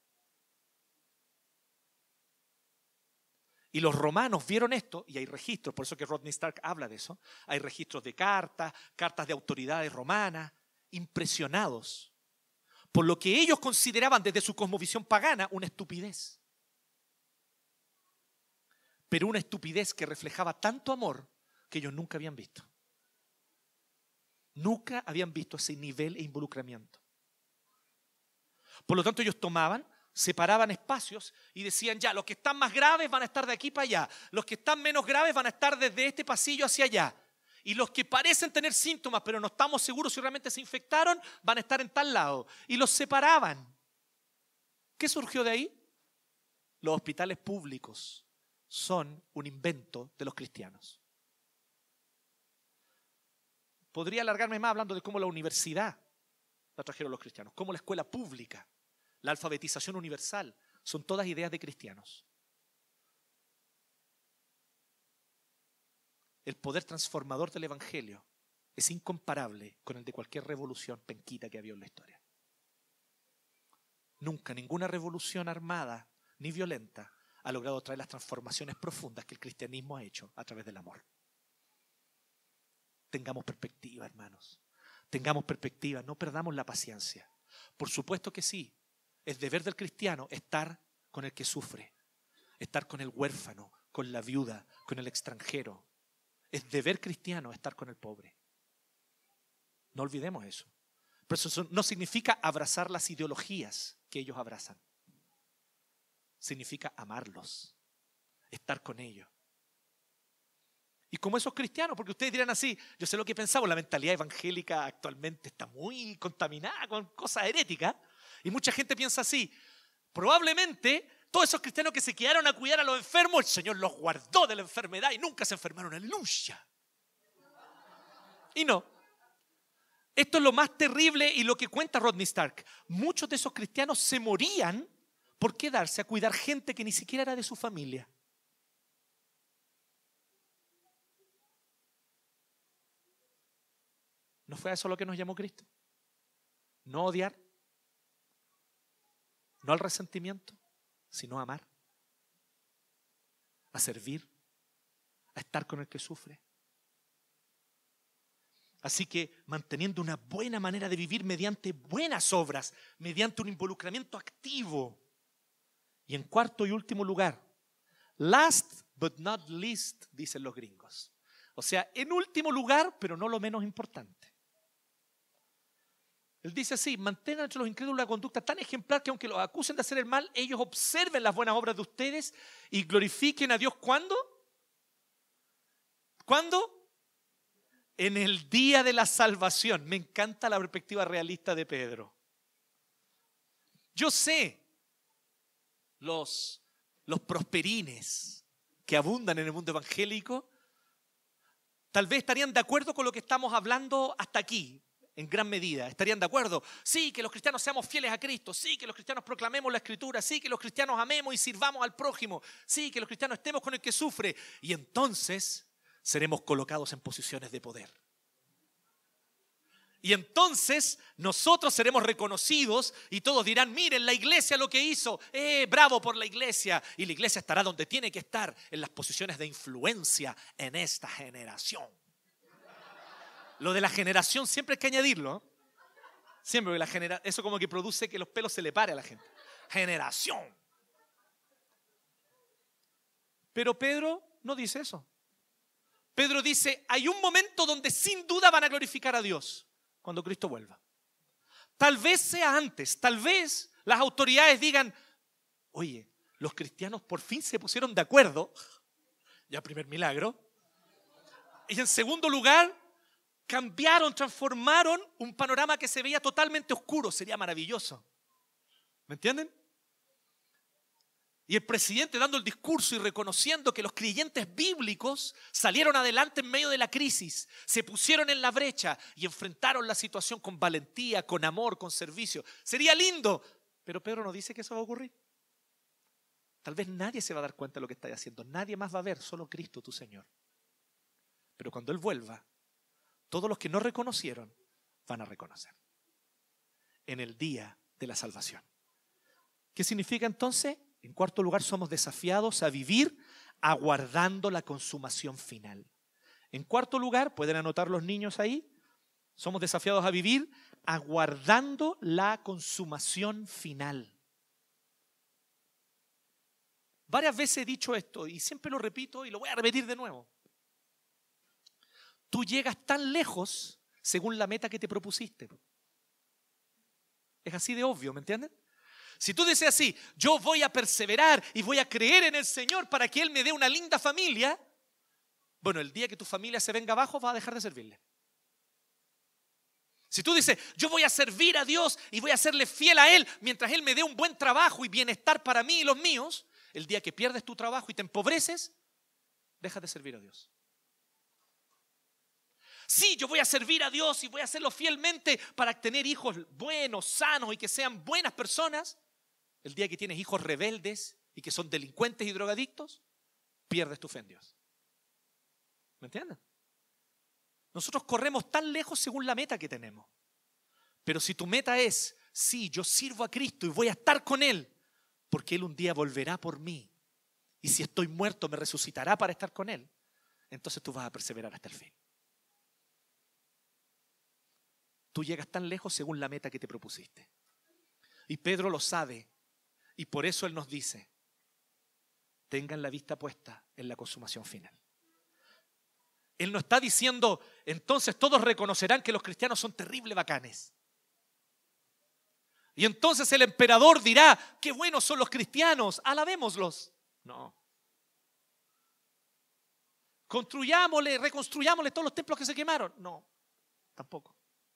Y los romanos vieron esto, y hay registros, por eso que Rodney Stark habla de eso, hay registros de cartas, cartas de autoridades romanas, impresionados por lo que ellos consideraban desde su cosmovisión pagana una estupidez. Pero una estupidez que reflejaba tanto amor que ellos nunca habían visto. Nunca habían visto ese nivel e involucramiento. Por lo tanto, ellos tomaban, separaban espacios y decían, ya, los que están más graves van a estar de aquí para allá. Los que están menos graves van a estar desde este pasillo hacia allá. Y los que parecen tener síntomas, pero no estamos seguros si realmente se infectaron, van a estar en tal lado. Y los separaban. ¿Qué surgió de ahí? Los hospitales públicos son un invento de los cristianos. Podría alargarme más hablando de cómo la universidad la trajeron los cristianos, cómo la escuela pública, la alfabetización universal, son todas ideas de cristianos. El poder transformador del evangelio es incomparable con el de cualquier revolución penquita que había en la historia. Nunca ninguna revolución armada ni violenta ha logrado traer las transformaciones profundas que el cristianismo ha hecho a través del amor. Tengamos perspectiva, hermanos. Tengamos perspectiva, no perdamos la paciencia. Por supuesto que sí, es deber del cristiano estar con el que sufre, estar con el huérfano, con la viuda, con el extranjero. Es deber cristiano estar con el pobre. No olvidemos eso. Pero eso no significa abrazar las ideologías que ellos abrazan. Significa amarlos, estar con ellos. Y como esos cristianos, porque ustedes dirán así, yo sé lo que pensamos, la mentalidad evangélica actualmente está muy contaminada con cosas heréticas, y mucha gente piensa así, probablemente todos esos cristianos que se quedaron a cuidar a los enfermos, el Señor los guardó de la enfermedad y nunca se enfermaron, aleluya. Y no, esto es lo más terrible y lo que cuenta Rodney Stark. Muchos de esos cristianos se morían por quedarse a cuidar gente que ni siquiera era de su familia. ¿No fue a eso lo que nos llamó Cristo? No odiar, no al resentimiento, sino a amar, a servir, a estar con el que sufre. Así que manteniendo una buena manera de vivir mediante buenas obras, mediante un involucramiento activo. Y en cuarto y último lugar, last but not least, dicen los gringos. O sea, en último lugar, pero no lo menos importante. Él dice así, mantengan entre los incrédulos la conducta tan ejemplar que aunque los acusen de hacer el mal, ellos observen las buenas obras de ustedes y glorifiquen a Dios. ¿Cuándo? ¿Cuándo? En el día de la salvación. Me encanta la perspectiva realista de Pedro. Yo sé, los, los prosperines que abundan en el mundo evangélico, tal vez estarían de acuerdo con lo que estamos hablando hasta aquí. En gran medida, ¿estarían de acuerdo? Sí, que los cristianos seamos fieles a Cristo. Sí, que los cristianos proclamemos la Escritura. Sí, que los cristianos amemos y sirvamos al prójimo. Sí, que los cristianos estemos con el que sufre. Y entonces seremos colocados en posiciones de poder. Y entonces nosotros seremos reconocidos y todos dirán, miren la iglesia lo que hizo. Eh, bravo por la iglesia. Y la iglesia estará donde tiene que estar, en las posiciones de influencia en esta generación. Lo de la generación siempre hay que añadirlo. Siempre, porque la genera- eso como que produce que los pelos se le pare a la gente. Generación. Pero Pedro no dice eso. Pedro dice, hay un momento donde sin duda van a glorificar a Dios, cuando Cristo vuelva. Tal vez sea antes, tal vez las autoridades digan, oye, los cristianos por fin se pusieron de acuerdo. Ya primer milagro. Y en segundo lugar, cambiaron, transformaron un panorama que se veía totalmente oscuro. Sería maravilloso. ¿Me entienden? Y el presidente dando el discurso y reconociendo que los creyentes bíblicos salieron adelante en medio de la crisis, se pusieron en la brecha y enfrentaron la situación con valentía, con amor, con servicio. Sería lindo, pero Pedro no dice que eso va a ocurrir. Tal vez nadie se va a dar cuenta de lo que está haciendo. Nadie más va a ver, solo Cristo, tu Señor. Pero cuando Él vuelva, todos los que no reconocieron van a reconocer en el día de la salvación. ¿Qué significa entonces? En cuarto lugar, somos desafiados a vivir aguardando la consumación final. En cuarto lugar, pueden anotar los niños ahí, somos desafiados a vivir aguardando la consumación final. Varias veces he dicho esto y siempre lo repito y lo voy a repetir de nuevo. Tú llegas tan lejos según la meta que te propusiste. Es así de obvio, ¿me entienden? Si tú dices así, yo voy a perseverar y voy a creer en el Señor para que Él me dé una linda familia, bueno, el día que tu familia se venga abajo vas a dejar de servirle. Si tú dices, yo voy a servir a Dios y voy a serle fiel a Él mientras Él me dé un buen trabajo y bienestar para mí y los míos, el día que pierdes tu trabajo y te empobreces, dejas de servir a Dios. Sí, yo voy a servir a Dios y voy a hacerlo fielmente para tener hijos buenos, sanos y que sean buenas personas. El día que tienes hijos rebeldes y que son delincuentes y drogadictos, pierdes tu fe en Dios. ¿Me entienden? Nosotros corremos tan lejos según la meta que tenemos. Pero si tu meta es, sí, yo sirvo a Cristo y voy a estar con Él, porque Él un día volverá por mí. Y si estoy muerto, me resucitará para estar con Él. Entonces tú vas a perseverar hasta el fin. Tú llegas tan lejos según la meta que te propusiste. Y Pedro lo sabe. Y por eso él nos dice, tengan la vista puesta en la consumación final. Él no está diciendo, entonces todos reconocerán que los cristianos son terribles bacanes. Y entonces el emperador dirá, qué buenos son los cristianos, alabémoslos. No. Construyámosle, reconstruyámosle todos los templos que se quemaron. No, tampoco.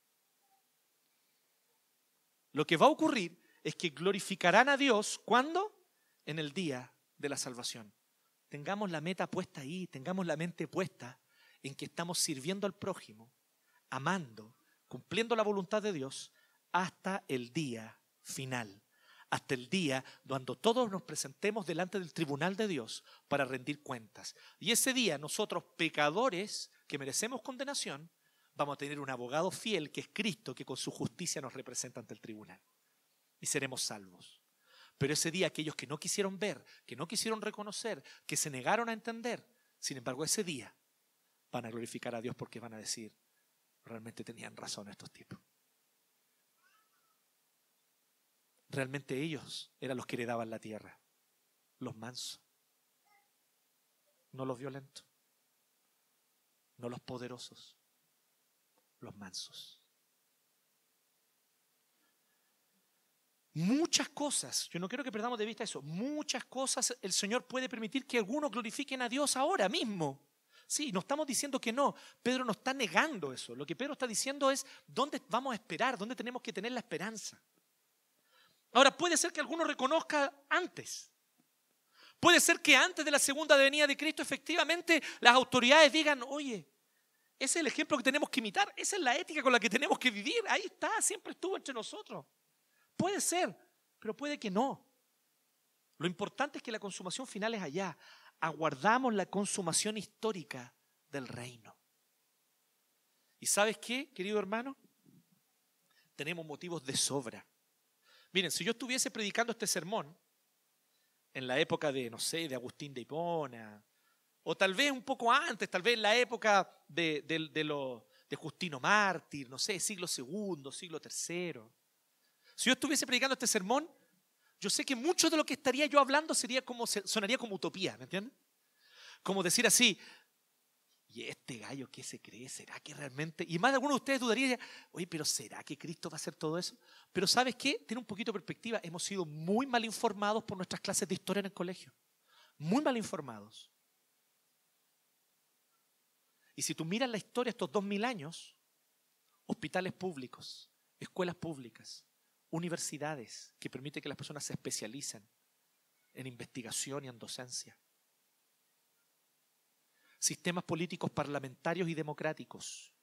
Lo que va a ocurrir es que glorificarán a Dios, ¿cuándo? En el día de la salvación. Tengamos la meta puesta ahí, tengamos la mente puesta en que estamos sirviendo al prójimo, amando, cumpliendo la voluntad de Dios hasta el día final. Hasta el día cuando todos nos presentemos delante del tribunal de Dios para rendir cuentas. Y ese día nosotros, pecadores que merecemos condenación, vamos a tener un abogado fiel que es Cristo, que con su justicia nos representa ante el tribunal. Y seremos salvos. Pero ese día aquellos que no quisieron ver, que no quisieron reconocer, que se negaron a entender, sin embargo ese día van a glorificar a Dios porque van a decir, realmente tenían razón estos tipos. Realmente ellos eran los que heredaban la tierra, los mansos, no los violentos, no los poderosos, los mansos. Muchas cosas, yo no quiero que perdamos de vista eso, muchas cosas el Señor puede permitir que algunos glorifiquen a Dios ahora mismo. Sí, no estamos diciendo que no, Pedro no está negando eso. Lo que Pedro está diciendo es dónde vamos a esperar, dónde tenemos que tener la esperanza. Ahora, puede ser que alguno reconozca antes. Puede ser que antes de la segunda venida de Cristo, efectivamente, las autoridades digan, oye, ese es el ejemplo que tenemos que imitar, esa es la ética con la que tenemos que vivir, ahí está, siempre estuvo entre nosotros. Puede ser, pero puede que no. Lo importante es que la consumación final es allá. Aguardamos la consumación histórica del reino. ¿Y sabes qué, querido hermano? Tenemos motivos de sobra. Miren, si yo estuviese predicando este sermón en la época de, no sé, de Agustín de Hipona, o tal vez un poco antes, tal vez en la época de, de, de, lo, de Justino Mártir, no sé, siglo segundo, siglo tercero. Si yo estuviese predicando este sermón, yo sé que mucho de lo que estaría yo hablando sería como, sonaría como utopía, ¿me entienden? Como decir así, ¿y este gallo qué se cree? ¿Será que realmente? Y más de algunos de ustedes dudarían, oye, pero ¿será que Cristo va a hacer todo eso? Pero ¿sabes qué? Tiene un poquito de perspectiva. Hemos sido muy mal informados por nuestras clases de historia en el colegio. Muy mal informados. Y si tú miras la historia estos dos mil años, hospitales públicos, escuelas públicas, universidades que permiten que las personas se especialicen en investigación y en docencia. Sistemas políticos parlamentarios y democráticos.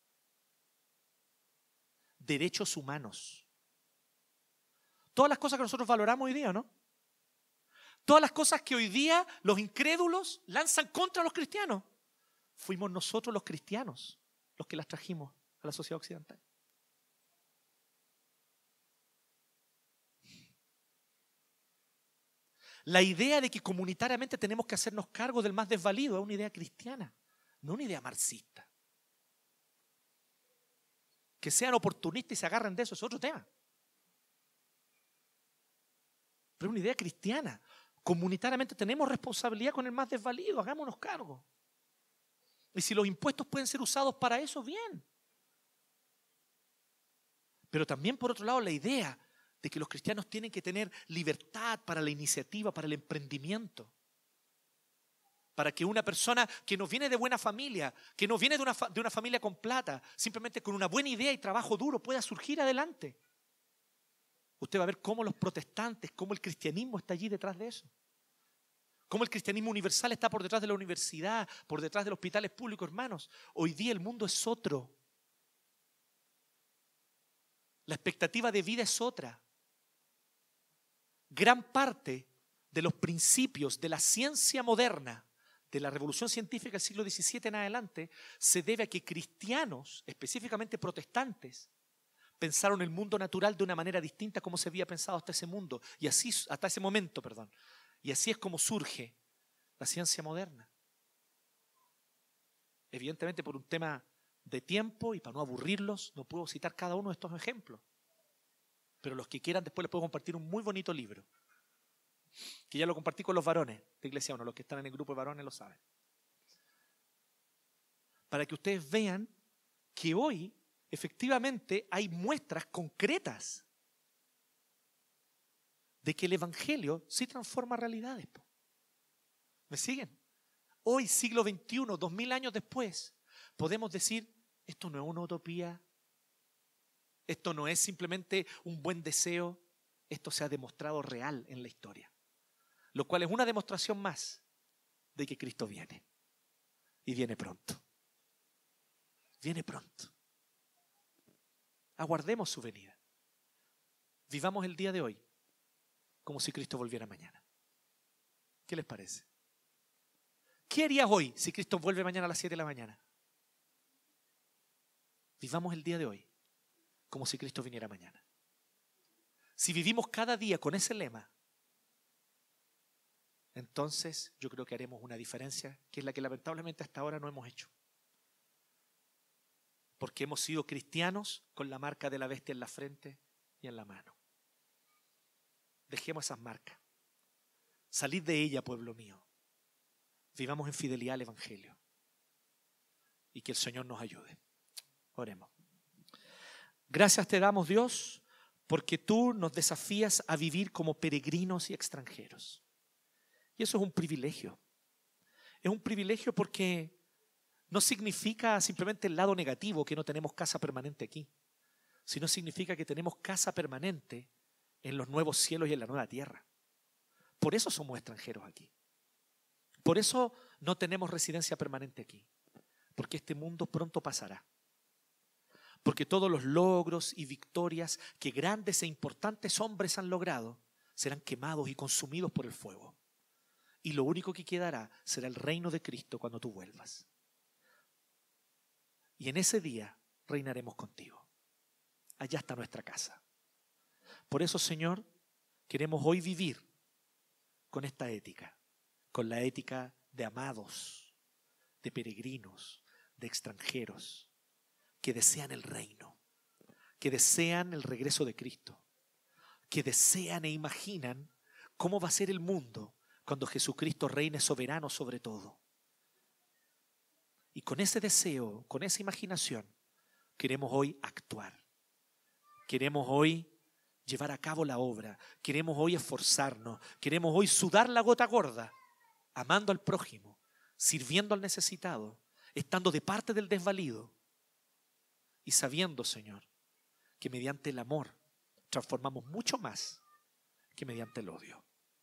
Derechos humanos. Todas las cosas que nosotros valoramos hoy día, ¿no? Todas las cosas que hoy día los incrédulos lanzan contra los cristianos. Fuimos nosotros los cristianos los que las trajimos a la sociedad occidental. La idea de que comunitariamente tenemos que hacernos cargo del más desvalido es una idea cristiana, no una idea marxista. Que sean oportunistas y se agarren de eso es otro tema. Pero una idea cristiana. Comunitariamente tenemos responsabilidad con el más desvalido, hagámonos cargo. Y si los impuestos pueden ser usados para eso, bien. Pero también, por otro lado, la idea de que los cristianos tienen que tener libertad para la iniciativa, para el emprendimiento. Para que una persona que no viene de buena familia, que no viene de una, fa- de una familia con plata, simplemente con una buena idea y trabajo duro pueda surgir adelante. Usted va a ver cómo los protestantes, cómo el cristianismo está allí detrás de eso. Cómo el cristianismo universal está por detrás de la universidad, por detrás de los hospitales públicos, hermanos. Hoy día el mundo es otro. La expectativa de vida es otra. Gran parte de los principios de la ciencia moderna, de la revolución científica del siglo diecisiete en adelante, se debe a que cristianos, específicamente protestantes, pensaron el mundo natural de una manera distinta a como se había pensado hasta ese mundo. Y así, hasta ese momento, perdón. Y así es como surge la ciencia moderna. Evidentemente por un tema de tiempo y para no aburrirlos, no puedo citar cada uno de estos ejemplos. Pero los que quieran después les puedo compartir un muy bonito libro, que ya lo compartí con los varones de Iglesia Uno, los que están en el grupo de varones lo saben. Para que ustedes vean que hoy efectivamente hay muestras concretas de que el Evangelio sí transforma realidades. ¿Me siguen? Hoy, siglo veintiuno, dos mil años después, podemos decir, esto no es una utopía, esto no es simplemente un buen deseo, esto se ha demostrado real en la historia. Lo cual es una demostración más de que Cristo viene. Y viene pronto. Viene pronto. Aguardemos su venida. Vivamos el día de hoy como si Cristo volviera mañana. ¿Qué les parece? ¿Qué harías hoy si Cristo vuelve mañana a las siete de la mañana? Vivamos el día de hoy como si Cristo viniera mañana. Si vivimos cada día con ese lema, entonces yo creo que haremos una diferencia, que es la que lamentablemente hasta ahora no hemos hecho. Porque hemos sido cristianos con la marca de la bestia en la frente y en la mano. Dejemos esas marcas. Salid de ella, pueblo mío. Vivamos en fidelidad al Evangelio. Y que el Señor nos ayude. Oremos. Gracias te damos, Dios, porque tú nos desafías a vivir como peregrinos y extranjeros. Y eso es un privilegio. Es un privilegio porque no significa simplemente el lado negativo, que no tenemos casa permanente aquí, sino significa que tenemos casa permanente en los nuevos cielos y en la nueva tierra. Por eso somos extranjeros aquí. Por eso no tenemos residencia permanente aquí. Porque este mundo pronto pasará. Porque todos los logros y victorias que grandes e importantes hombres han logrado serán quemados y consumidos por el fuego. Y lo único que quedará será el reino de Cristo cuando tú vuelvas. Y en ese día reinaremos contigo. Allá está nuestra casa. Por eso, Señor, queremos hoy vivir con esta ética, con la ética de amados, de peregrinos, de extranjeros, que desean el reino, que desean el regreso de Cristo, que desean e imaginan cómo va a ser el mundo cuando Jesucristo reine soberano sobre todo. Y con ese deseo, con esa imaginación, queremos hoy actuar. Queremos hoy llevar a cabo la obra. Queremos hoy esforzarnos. Queremos hoy sudar la gota gorda, amando al prójimo, sirviendo al necesitado, estando de parte del desvalido y sabiendo, Señor, que mediante el amor transformamos mucho más que mediante el odio.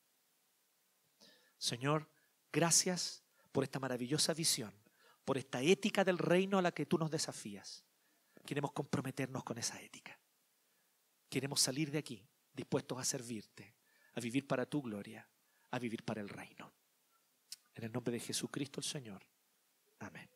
Señor, gracias por esta maravillosa visión, por esta ética del reino a la que tú nos desafías. Queremos comprometernos con esa ética. Queremos salir de aquí dispuestos a servirte, a vivir para tu gloria, a vivir para el reino. En el nombre de Jesucristo el Señor. Amén.